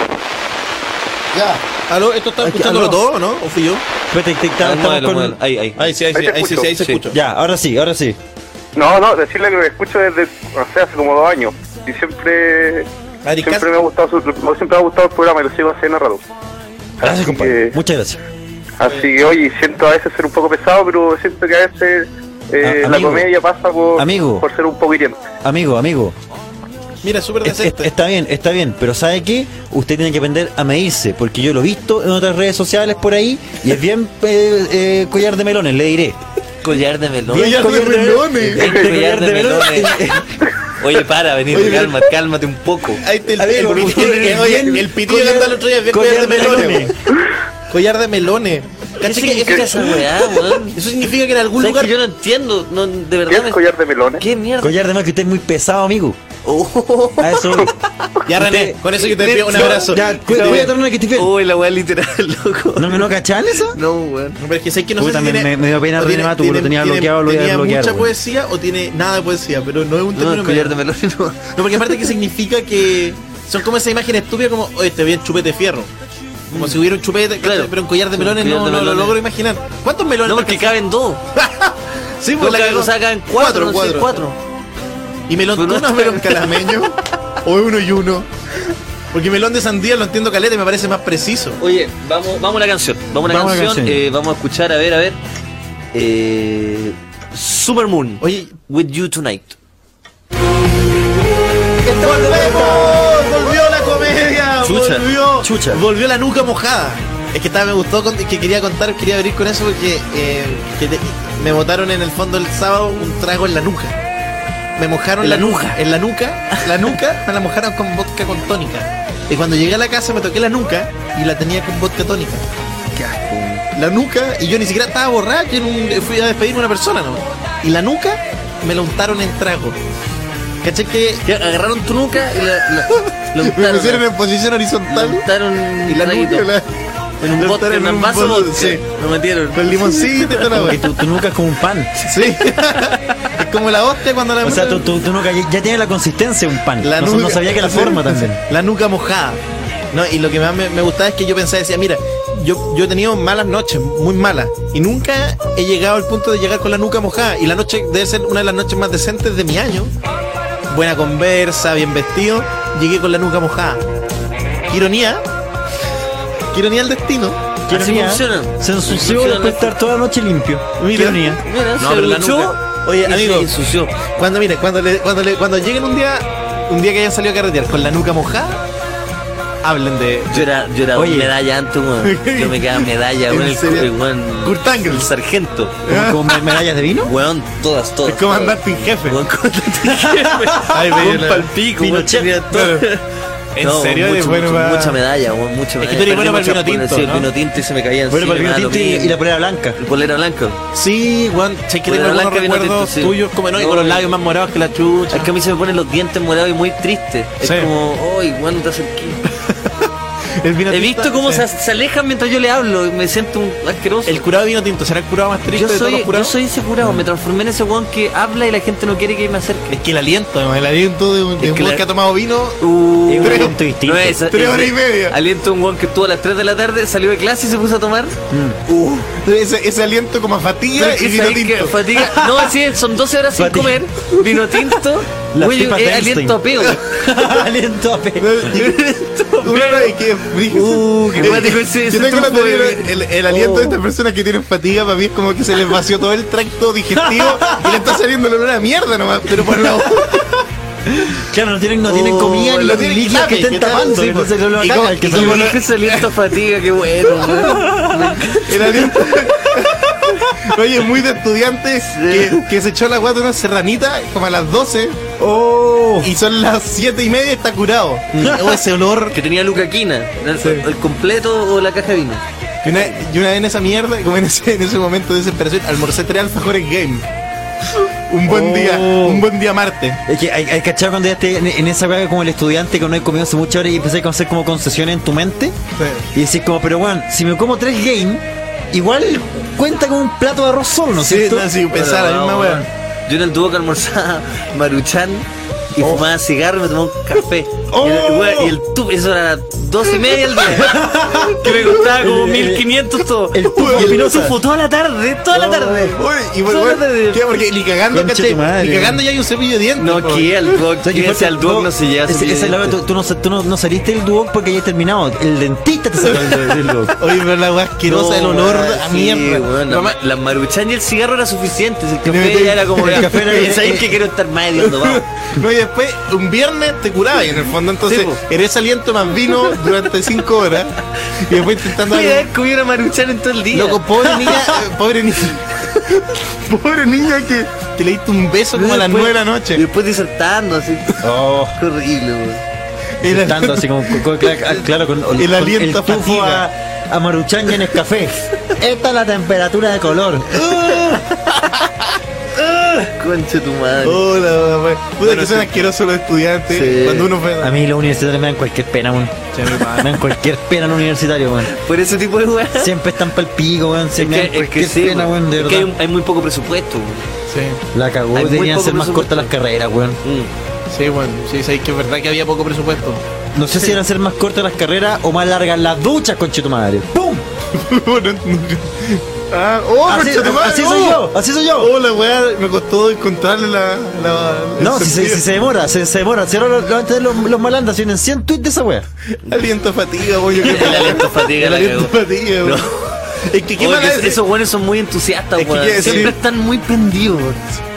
Ya.
¿Aló? ¿Esto está
Aquí,
escuchándolo
aló.
todo o no? ¿O fui yo?
Espérate, estamos
Modelo,
con...
modelo. Ahí.
Ahí sí,
Ahí te escucho.
ahí se
Sí.
escucha.
Ya, ahora sí.
No, decirle que lo escucho desde, no sé, hace como 2 años. Y siempre me ha gustado siempre me ha gustado el programa y lo sigo haciendo rato.
Gracias,
Así
compadre.
que-
Muchas gracias.
Así que, oye, siento a veces ser un poco pesado, pero siento que a veces la
Amigo.
comedia pasa
Amigo.
por ser un poco hiriente.
Amigo.
Mira, súper decente.
Está bien, pero ¿sabe qué? Usted tiene que aprender a medirse, porque yo lo he visto en otras redes sociales por ahí, y es bien collar de melones, le diré.
Collar de melón.
Bien collar de melones.
Collar de melones. Oye, para, venir, cálmate un poco.
Ahí está el
Amigo,
pitillo.
es
Oye,
bien
el pitillo que
collar-
anda el otro día es bien
collar
collar de
de
melones.
melones.
Collar de melones.
¿Qué
¿Cachai que
significa esa weá, weón?
eso significa que en algún
¿Sabes
lugar...
que yo no entiendo? No, de
¿Qué
verdad.
es collar de melones?
¿Qué mierda?
Collar de melones, que usted es muy pesado, amigo.
Oh.
A eso voy.
Ya, René, con eso yo te pido un abrazo.
Ya, voy a tornar que estoy bien.
Uy, la weá literal, loco.
¿No cachan eso?
No, weón.
No, pero es que sé que no
Puta,
sé si tiene...
me dio pena
o
René
tiene-
Matus, lo tenía bloqueado, lo iba a
Tenía
desbloquear,
mucha
weón.
poesía o tiene nada de poesía, pero no es un
No,
término
el collar de
medio.
melón no.
No, porque aparte que significa que son como esa imagen estúpida como, oye, te vi en chupete de fierro. Como si hubiera un chupete,
Claro.
pero en collar de melones
Collar
no,
de
no lo
melones.
logro imaginar. ¿Cuántos melones?
No, porque caben dos.
Sí,
No,
pues la
caben,
cagó.
o sea, caben cuatro. No sé, cuatro.
¿Y melón
Pues no
tuna o
está-
melón calameño? ¿O es uno y uno? Porque melón de sandía lo entiendo caleta y me parece más preciso.
Oye, vamos a una canción. Vamos a una
Vamos a una
canción.
canción.
Vamos a escuchar, a ver. Super Moon.
Oye,
With You Tonight.
¡Volvió la comedia!
Chucha.
Chucha.
Volvió la nuca mojada. Es que me gustó, que quería abrir con eso porque me botaron en el fondo el sábado un trago en la nuca. Me mojaron
¿En
la
la
nuca.
nuca?
En la nuca me la mojaron con vodka con tónica. Y cuando llegué a la casa me toqué la nuca y la tenía con vodka tónica.
Qué asco.
La nuca, y yo ni siquiera estaba borracho, fui a despedirme a una persona, ¿no? Y la nuca me la untaron en trago. ¿Cachai que
Que agarraron tu nuca y la
me
untaron.
pusieron en posición horizontal?
La untaron
Y la
traguito.
nuca
En un
la
vodka,
untaron
en un vaso de
vaso,
vodka.
sí.
Lo metieron.
Con limoncito y toda la
Porque
wea.
tu nuca es como un pan.
Sí. Es como la hostia cuando la
O sea, tu nuca ya tiene la consistencia de un pan.
la
No sabía que la
sí,
forma también.
La nuca mojada. No, y lo que más me gustaba es que yo pensaba, decía, mira, yo he tenido malas noches, muy malas, y nunca he llegado al punto de llegar con la nuca mojada. Y la noche debe ser una de las noches más decentes de mi año. Buena conversa, bien vestido. Llegué con la nuca mojada. Ironía. Ironía del destino.
Qué
Así
ironía.
funciona.
Se ensució
Funciona
después de
la-
estar toda la noche limpio.
Mira.
Qué ironía.
Mira,
No,
se
pero la
luchó
nuca. Oye,
y
amigo.
se ensució.
Cuando cuando lleguen un día que hayan salido a carretear con la nuca mojada, hablen de
Yo era
Oye.
medalla antes, weón. Yo me quedaba medalla,
¿En
weón. El
serio?
weón.
Kurt Angle.
El sargento.
¿Como medallas de vino?
Weón, todas.
el comandante en jefe.
Weón, comandante en jefe.
Ay,
Weón,
me-
pa'l pico, weón.
Pinochet.
Tenía todo.
¿En serio?
Mucha medalla, weón, mucha medalla.
Es que tú eres bueno para el
Perdí
vino
mucha-
tinto,
sí, el
¿no?
vino tinto y se me caía
Bueno,
encima.
para el vino
me
tinto
daba lo
y la polera blanca.
mismo. Polera blanca.
Sí, weón. Sé que tengo
Polera
algunos
blanca, vino
recuerdos
tinto, sí.
tuyos, como no, y con los labios más morados que la chucha.
Es que a mí se me ponen los dientes morados y muy triste. Es
Sí.
como, ¡ay, weón, no te acerqué!
El vino
He
tinto,
visto cómo
sí.
se alejan mientras yo le hablo y me siento un asqueroso.
El curado de vino tinto, ¿será el curado más triste de todos los
Yo
curados?
soy ese curado, me transformé en ese weón que habla y la gente no quiere que me acerque.
Es que el aliento de un
Es que
weón
la-
que ha tomado vino.
Es un
Tres-
aliento distinto.
No es,
3 horas y media.
Aliento a un weón que estuvo a las 3 de la tarde, salió de clase y se puso a tomar.
Ese aliento como a fatiga
Pero es
y
que
vino
sabéis que
tinto.
fatiga. No, así es, son 12 horas sin
Fatiga.
comer, vino tinto,
Las
güey,
tipas de Einstein.
aliento a peo.
Aliento a pe-
Una vez que
qué cuático ese
yo tengo la
truco
teoría,
de-
el aliento de estas personas que tienen fatiga, para mí es como que se les vació todo el tracto digestivo y le está saliendo el olor a mierda nomás, pero por la
Claro, no tienen comida ni
lo
los
tienen
líquidos que estén tapando.
sí,
Entonces lo
y
cagan,
como-
el que
y
se
como
lo-
Ese aliento a fatiga, qué bueno, güey.
el aliento. Oye, muy de estudiante que se echó la guata una serranita como a las 12
¡Oh!
y son las 7:30 y está curado. Oh, ese olor.
Que tenía lucaquina,
Sí.
el completo o la caja de vino.
Y una vez en esa mierda, como en ese momento de desesperación, almorcé 3 alfajores game. Un buen día Marte.
Es que hay cachado cuando ya estés en esa weá como el estudiante que no hay comido hace muchas horas y empecé a hacer como concesiones en tu mente y decís como, pero weón, si me como 3 game, igual cuenta con un plato de arroz solo, ¿no es
Sí,
cierto?
no, sí, pensaba la misma
weón.
weá.
Yo en el dúo que almorzaba Maruchan y fumaba cigarro y me tomaba un café.
Oh.
Y el tubo, eso era 12:30 al día. Que me costaba como 1500 todo.
El tufo
y el
Espinosa.
tufo toda la tarde, toda la tarde.
Oye, y bueno,
Toda la tarde.
¿qué? Porque ni cagando,
Conche
¿cachai?
tu madre.
Ni cagando ya hay un cepillo de dientes.
No,
po.
que al dúo,
¿Sabes qué
que
fue?
al dúo no se lleva.
Esa es la verdad, tú no saliste del Duoc porque ya has terminado. El dentista te sacó del Duoc.
Oye, pero la weá asquerosa, el olor a mierda.
Bueno, la Maruchan y el cigarro era suficiente. El
le
café
metí-
ya era como.
el café era-
¿Sabes que quiero estar más hediondo? Vamos.
No, y después, un viernes te curabas y en el fondo, entonces,
Sí, po.
eres aliento más vino durante 5 horas y después intentando
Voy a haber comido una Maruchan en todo el día.
Loco, pobre niña que le diste un beso como a las 9 de la
Y
noche.
después disertando así.
Oh.
Qué horrible, weón.
Era-
Tanto así como, claro, con
El aliento
el tufo
fatiga.
a Maruchan y en el café. Esta es la temperatura de color.
Conche tu madre.
Hola, wey. Puta que son asquerosos los estudiantes.
Sí.
Cuando uno fue.
A mí los universitarios me dan cualquier pena, weón. Me dan cualquier pena los universitarios, weón.
Por ese tipo de weón.
Siempre están pa'l pico, weón.
Es
Siempre me dan
que,
cualquier
sí,
pena, weón, de
es que
verdad.
hay muy poco presupuesto, weón.
Sí,
La cagó,
hay muy
deberían
poco
ser más
presupuesto.
cortas las carreras, weón.
sí, bueno. Sí, sabéis que es verdad que había poco presupuesto.
No sé si eran ser más cortas las carreras o más largas las duchas, conche tu madre. ¡Pum! Así soy yo, así soy yo.
Oh, la weá, me costó encontrarle
No,
el
si
sentido.
se demora, se demora. Si ahora lo van a tener los malandras, tienen 100 tweets de esa wea.
Aliento fatiga, güey.
El aliento fatiga,
El
la
aliento
cagó.
fatiga, güey. Es que qué
Oye,
mala
que
es.
esos weones son muy entusiastas,
Es que
weón.
quiere
Siempre
decir-
están muy prendidos, weón.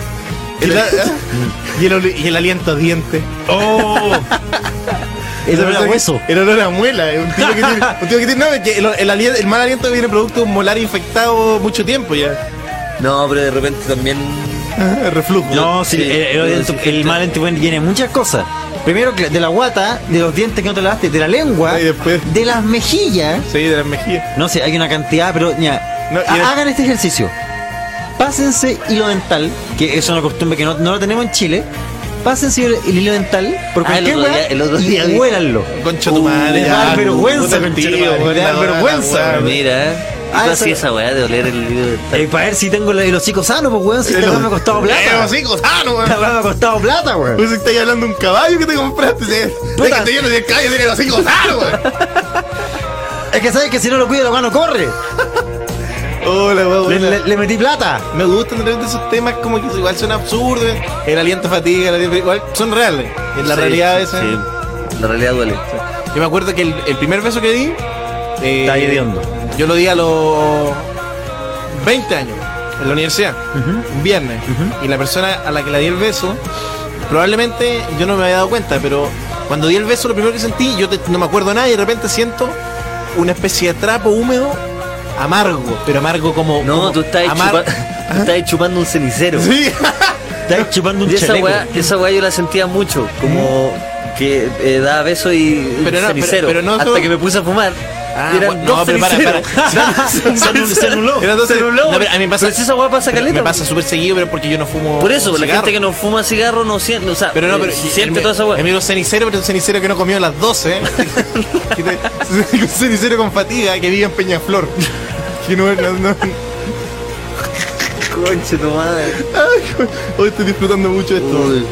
Y el aliento a diente.
Oh. El olor a hueso.
El olor a muela. Es un tipo que tiene. No, es que el mal aliento viene producto de un molar infectado mucho tiempo ya.
No, pero de repente también.
Reflujo.
No, sí,
Sí,
el mal aliento viene muchas cosas. Primero que de la guata, de los dientes que no te lavaste, de la lengua,
Y después.
de las mejillas.
Sí, de las mejillas.
No sé, hay una cantidad, pero ya,
No, y
hagan este ejercicio. Pásense hilo dental, que es una costumbre que no la tenemos en Chile. Pásense el hilo dental por
Ah, el
cualquier
otro día-
weá
el otro día
y
vi-
huélanlo.
Concha tu madre.
le
ya,
da vergüenza,
puta el
concha tu
tío,
madre,
güey,
le da
la
vergüenza,
weá,
güey.
Mira,
Ah,
yo
esa-
hacía esa weá de oler el video de
Para ver si tengo el hocico sano, pues weón, si esta weá me ha costado plata.
Sí, gozano, güey.
Esta weá me ha costado plata, weón.
Pues estáis hablando de un caballo que te compraste. Déjate lleno de caballo, tiene los hijos sanos, güey.
Es que sabes que si no lo cuido la mano corre.
Hola, güey.
Le metí plata.
Me gustan de repente esos temas como que igual son absurdos. El aliento fatiga, el aliento, igual son reales. En la
Sí,
realidad esa.
Sí, la realidad duele.
Yo me acuerdo que el primer beso que di.
Está hediondo.
Yo lo di a los 20 años en la universidad, un viernes. Y la persona a la que le di el beso, probablemente yo no me había dado cuenta, pero cuando di el beso, lo primero que sentí, no me acuerdo nada y de repente siento una especie de trapo húmedo, amargo, pero amargo como.
No,
como
tú estás chupando un cenicero.
Sí.
Estás chupando un
Y esa
chaleco.
weá yo la sentía mucho, como que daba besos y
Pero no,
cenicero.
pero no
hasta
solo-
que me puse a fumar. Eran
no,
dos
pero para.
Se anuló.
Eran dos-
Se anuló.
No, pero a mí me pasa,
Pero si esa weá pasa caleta.
me pasa súper seguido, pero porque yo no fumo.
Por eso, la
cigarro.
gente que no fuma cigarro no siente, o sea,
Pero no, pero
siente toda esa weá.
amigo cenicero, pero un cenicero que no comió a las 12. Un cenicero con fatiga que vive en Peñaflor. Que no.
Conche tu madre.
Hoy estoy disfrutando mucho esto.
Uy.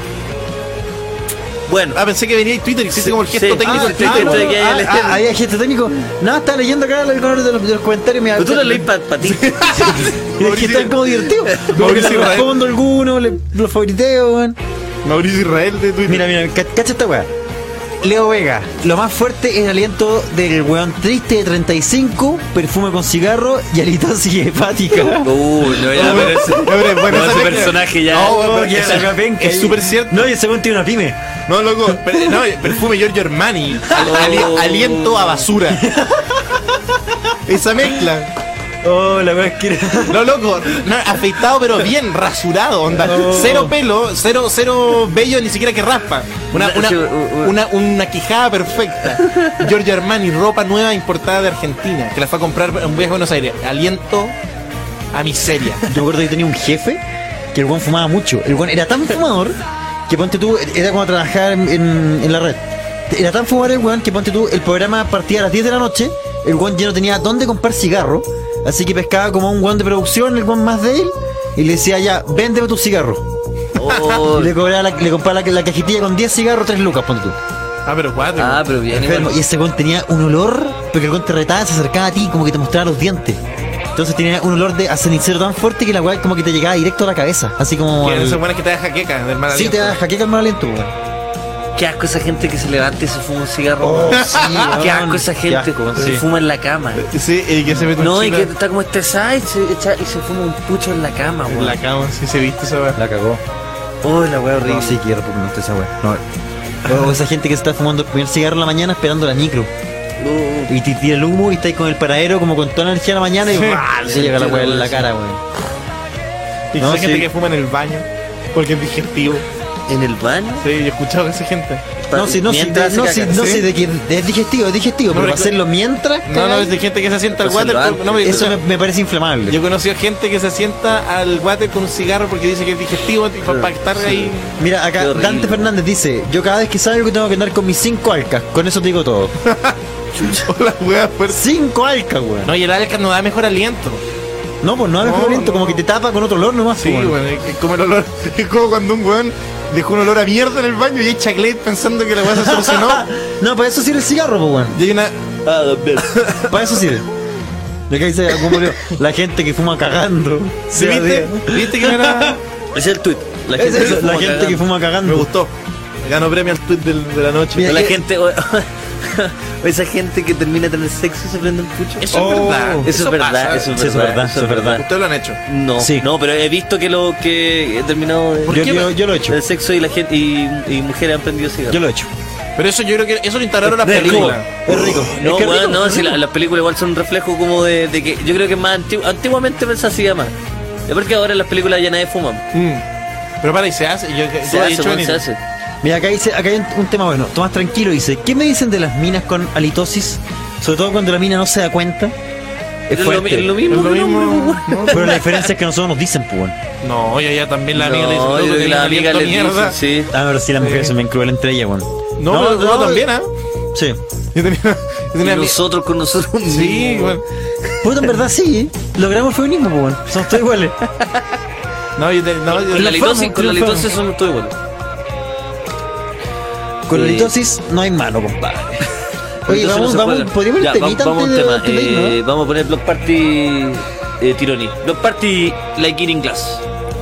Bueno,
Pensé que venía en Twitter, hiciste como el gesto
Sí.
técnico en Twitter.
no, que hay el estén.
Ahí hay gente técnico. No, estaba leyendo acá el color de los comentarios.
pero tú lo leí para ti.
Y es que están como divertidos. Como que
Mauricio
le
Israel.
respondo algunos, los favoriteo, weón.
Mauricio Israel de Twitter.
Mira, cacha esta weá. Leo Vega, lo más fuerte es el aliento del weón triste de 35, perfume con cigarro y halitosis hepática.
Uy, no, ya, pero ese,
Bueno,
no,
esa
ese
mezcla-
personaje ya.
No,
Oh,
pero
que
esa-
saca penca
es
ahí.
súper cierto.
No, y ese weón tiene una pyme.
No, loco, perfume Giorgio Armani. Aliento a basura. Esa mezcla.
Oh, la weá es que
No, loco, no, afeitado pero bien, rasurado, onda.
Oh.
Cero pelo, cero vello, ni siquiera que raspa. Una quijada perfecta. Giorgio Armani, ropa nueva importada de Argentina, que la fue a comprar en un viaje a Buenos Aires. Aliento a miseria.
Yo me acuerdo que tenía un jefe que el weón fumaba mucho. El weón era tan fumador que ponte tú, era como trabajar en la red. Era tan fumador el weón que ponte tú, el programa partía a las 10 de la noche, el weón ya no tenía dónde comprar cigarro, así que pescaba como un weón de producción, el weón más de él, y le decía ya, véndeme tus cigarros.
Oh,
Y le compraba la cajetilla con 10 cigarros, 3 lucas, ponte tú.
Pero cuatro.
pero bien.
Enfermo.
igual.
Y ese weón tenía un olor, porque el weón te retaba, se acercaba a ti, como que te mostraba los dientes. Entonces tenía un olor de a cenicero tan fuerte que la weá como que te llegaba directo a la cabeza. Así como.
Que
al-
esas buenas que te da jaqueca del mal
Sí, te
aliento.
da jaqueca el mal aliento, weón.
Qué asco esa gente que se levanta y se fuma un cigarro.
Oh,
weón.
sí,
Qué
weón.
asco esa
Qué
gente
asco,
que
sí.
fuma en la cama.
Sí, y que se mete un
No, y
chino
que está como estresada y se fuma un pucho en la cama,
en
weón.
la cama, sí se viste esa weá.
La cagó.
Oh, la weá horrible.
No, sí, quiero porque no está esa weá. No. O esa gente que se está fumando el primer cigarro en la mañana esperando la micro. Y te tira el humo y está ahí con el paradero como con toda la energía en la mañana y ¡buah! Se llega la weá en la cara, weón.
Y
No,
esa gente
sí.
que fuma en el baño, porque es digestivo.
¿En el baño?
Sí, yo he escuchado a esa gente.
No, sí,
Mientras se caga.
sí, de que es digestivo, pero
pero
para hacerlo mientras.
No, es de gente que se sienta al
Pues
water.
se lo
No,
Eso me parece inflamable.
Yo he conocido gente que se sienta al water con un cigarro porque dice que es digestivo y para estar ahí.
Mira,
Qué
acá
horrible.
Dante Fernández dice: yo cada vez que salgo tengo que andar con mis 5 alcas. Con eso te digo todo.
O la weá fuerte.
5 alcas, weón.
No, y el alca no da mejor aliento.
No, pues no da mejor aliento,
no.
como que te tapa con otro olor nomás.
Sí,
pues, weón.
bueno, es como el olor. Es como cuando un weón dejó un olor a mierda en el baño y echa Glade pensando que la weá se solucionó.
No, para eso sirve el cigarro, pues, weón.
Y hay una.
Para eso sirve. De acá dice, como leo, la gente que fuma cagando.
¿Sí viste? ¿Viste que no era.?
Ese es el tweet. La
Es
gente,
eso, la
fuma
gente
cagando.
que fuma
Me
cagando.
gustó. Ganó premio al tweet de la noche.
Mira,
La
que-
gente, o esa gente que termina de tener sexo y se prende un pucho.
Eso
Oh,
es verdad.
Eso es verdad,
pasa.
eso es
Sí, eso es
verdad,
verdad, eso es verdad.
Ustedes lo han hecho.
No,
Sí.
no, pero he visto que lo que he terminado de,
Yo lo he hecho.
del sexo y la gente y mujeres han prendido cigarros.
Yo lo he hecho.
Pero eso yo creo que eso lo instalaron las
Es rico.
películas.
Es rico.
No,
Es que es
bueno,
rico,
no,
es
si
rico.
las películas igual son un reflejo como de que yo creo que más antiguamente se hacía más. Es porque ahora en las películas ya nadie fuma.
Pero para y se hace. Yo,
Se hace, weón, se hace.
Mira, acá hay un tema bueno. Tomás tranquilo dice: ¿qué me dicen de las minas con halitosis? Sobre todo cuando la mina no se da cuenta. Es fuerte.
Es lo mismo.
Es lo
que el hombre,
mismo.
weón.
No,
Pero la diferencia es que nosotros nos dicen, pues, bueno.
No, ya también la amiga le dice
No,
todo
yo creo que
tiene
la
un
amiga
aliento
le
mierda.
dice, sí.
Ah, pero sí, las mujeres son bien crueles entre ellas, bueno.
No, pero también, ¿ah?
Sí.
Yo tenía
Y
amiga-
nosotros con nosotros.
Sí, bueno.
Puta, en verdad sí, ¿eh? Logramos el feminismo, pues, bueno. Somos todos iguales.
No, yo
Con la
Triunfamos,
litosis, con la
triunfamos.
litosis son todo igual.
Con la
Sí.
litosis no hay mano, compadre. Oye,
Entonces no se
vamos,
juega.
podríamos ir
Ya,
temita
vamos a un
antes
tema.
de irnos, ¿no?
Vamos a poner Block Party Tironi. Block Party Like Eating Glass.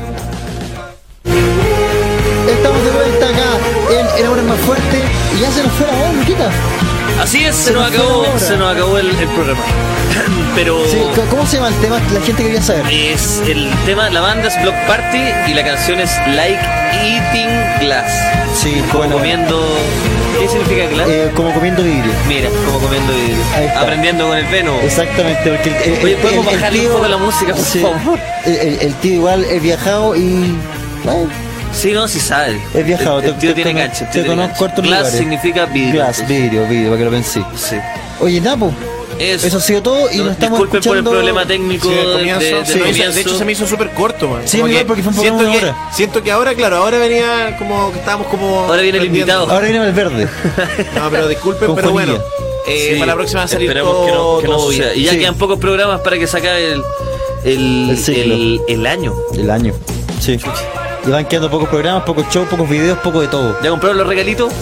Estamos de vuelta acá en Ahora es Más Fuerte y ya se nos fue la hora, Luquita.
Así es, se
Se
nos
nos fue la
acabó,
hora.
se nos acabó el programa. Pero
Sí, ¿cómo se llama el tema? La gente quería saber.
es el tema, la banda es Block Party y la canción es Like Eating Glass.
Sí,
Como comiendo. ¿Qué significa glass?
como comiendo vidrio.
Mira, como comiendo vidrio.
Ahí está.
Aprendiendo con el Veno.
Exactamente, porque
Oye, ¿podemos bajarle un
tío-
poco la música, por
sí,
favor?
el tío igual es viajado y... bueno,
Sí, no, sí sabe.
Es viajado.
El tío tiene gancho.
Te conozco hartos lugares.
Glass significa vidrio.
Glass, vidrio, para que lo pensé.
Sí.
Oye, Napo, eso ha sido todo y nos estamos
disculpen
escuchando...
por el problema técnico
Sí, del comienzo.
de comienzo.
De hecho se me hizo súper corto, man.
Sí,
Como
igual,
que
porque fue un programa de una hora.
siento que ahora, claro, ahora venía como que estábamos como...
Ahora viene el invitado.
Ahora viene el verde.
No, pero disculpen,
Con
pero
Juanilla.
bueno.
Sí,
Para la próxima va a salir
esperemos
todo,
que no
todo
suceda.
bien.
Y ya
Sí.
quedan pocos programas para que se acabe
El ciclo.
el año.
El año. Sí. Y van quedando pocos programas, pocos shows, pocos videos, poco de todo.
¿Ya compraron los regalitos?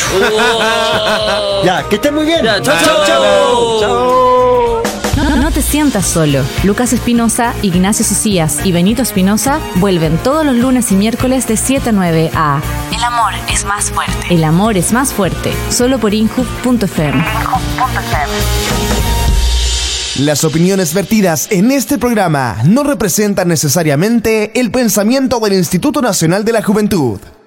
Oh.
Ya, que estén muy bien.
Ya, chau,
Chao,
chau.
chao.
No te sientas solo. Lucas Espinosa, Ignacio Socias y Benito Espinosa vuelven todos los lunes y miércoles de 7 a 9 a El amor es más fuerte. El amor es más fuerte. Solo por Inhub.fm.
Las opiniones vertidas en este programa no representan necesariamente el pensamiento del Instituto Nacional de la Juventud.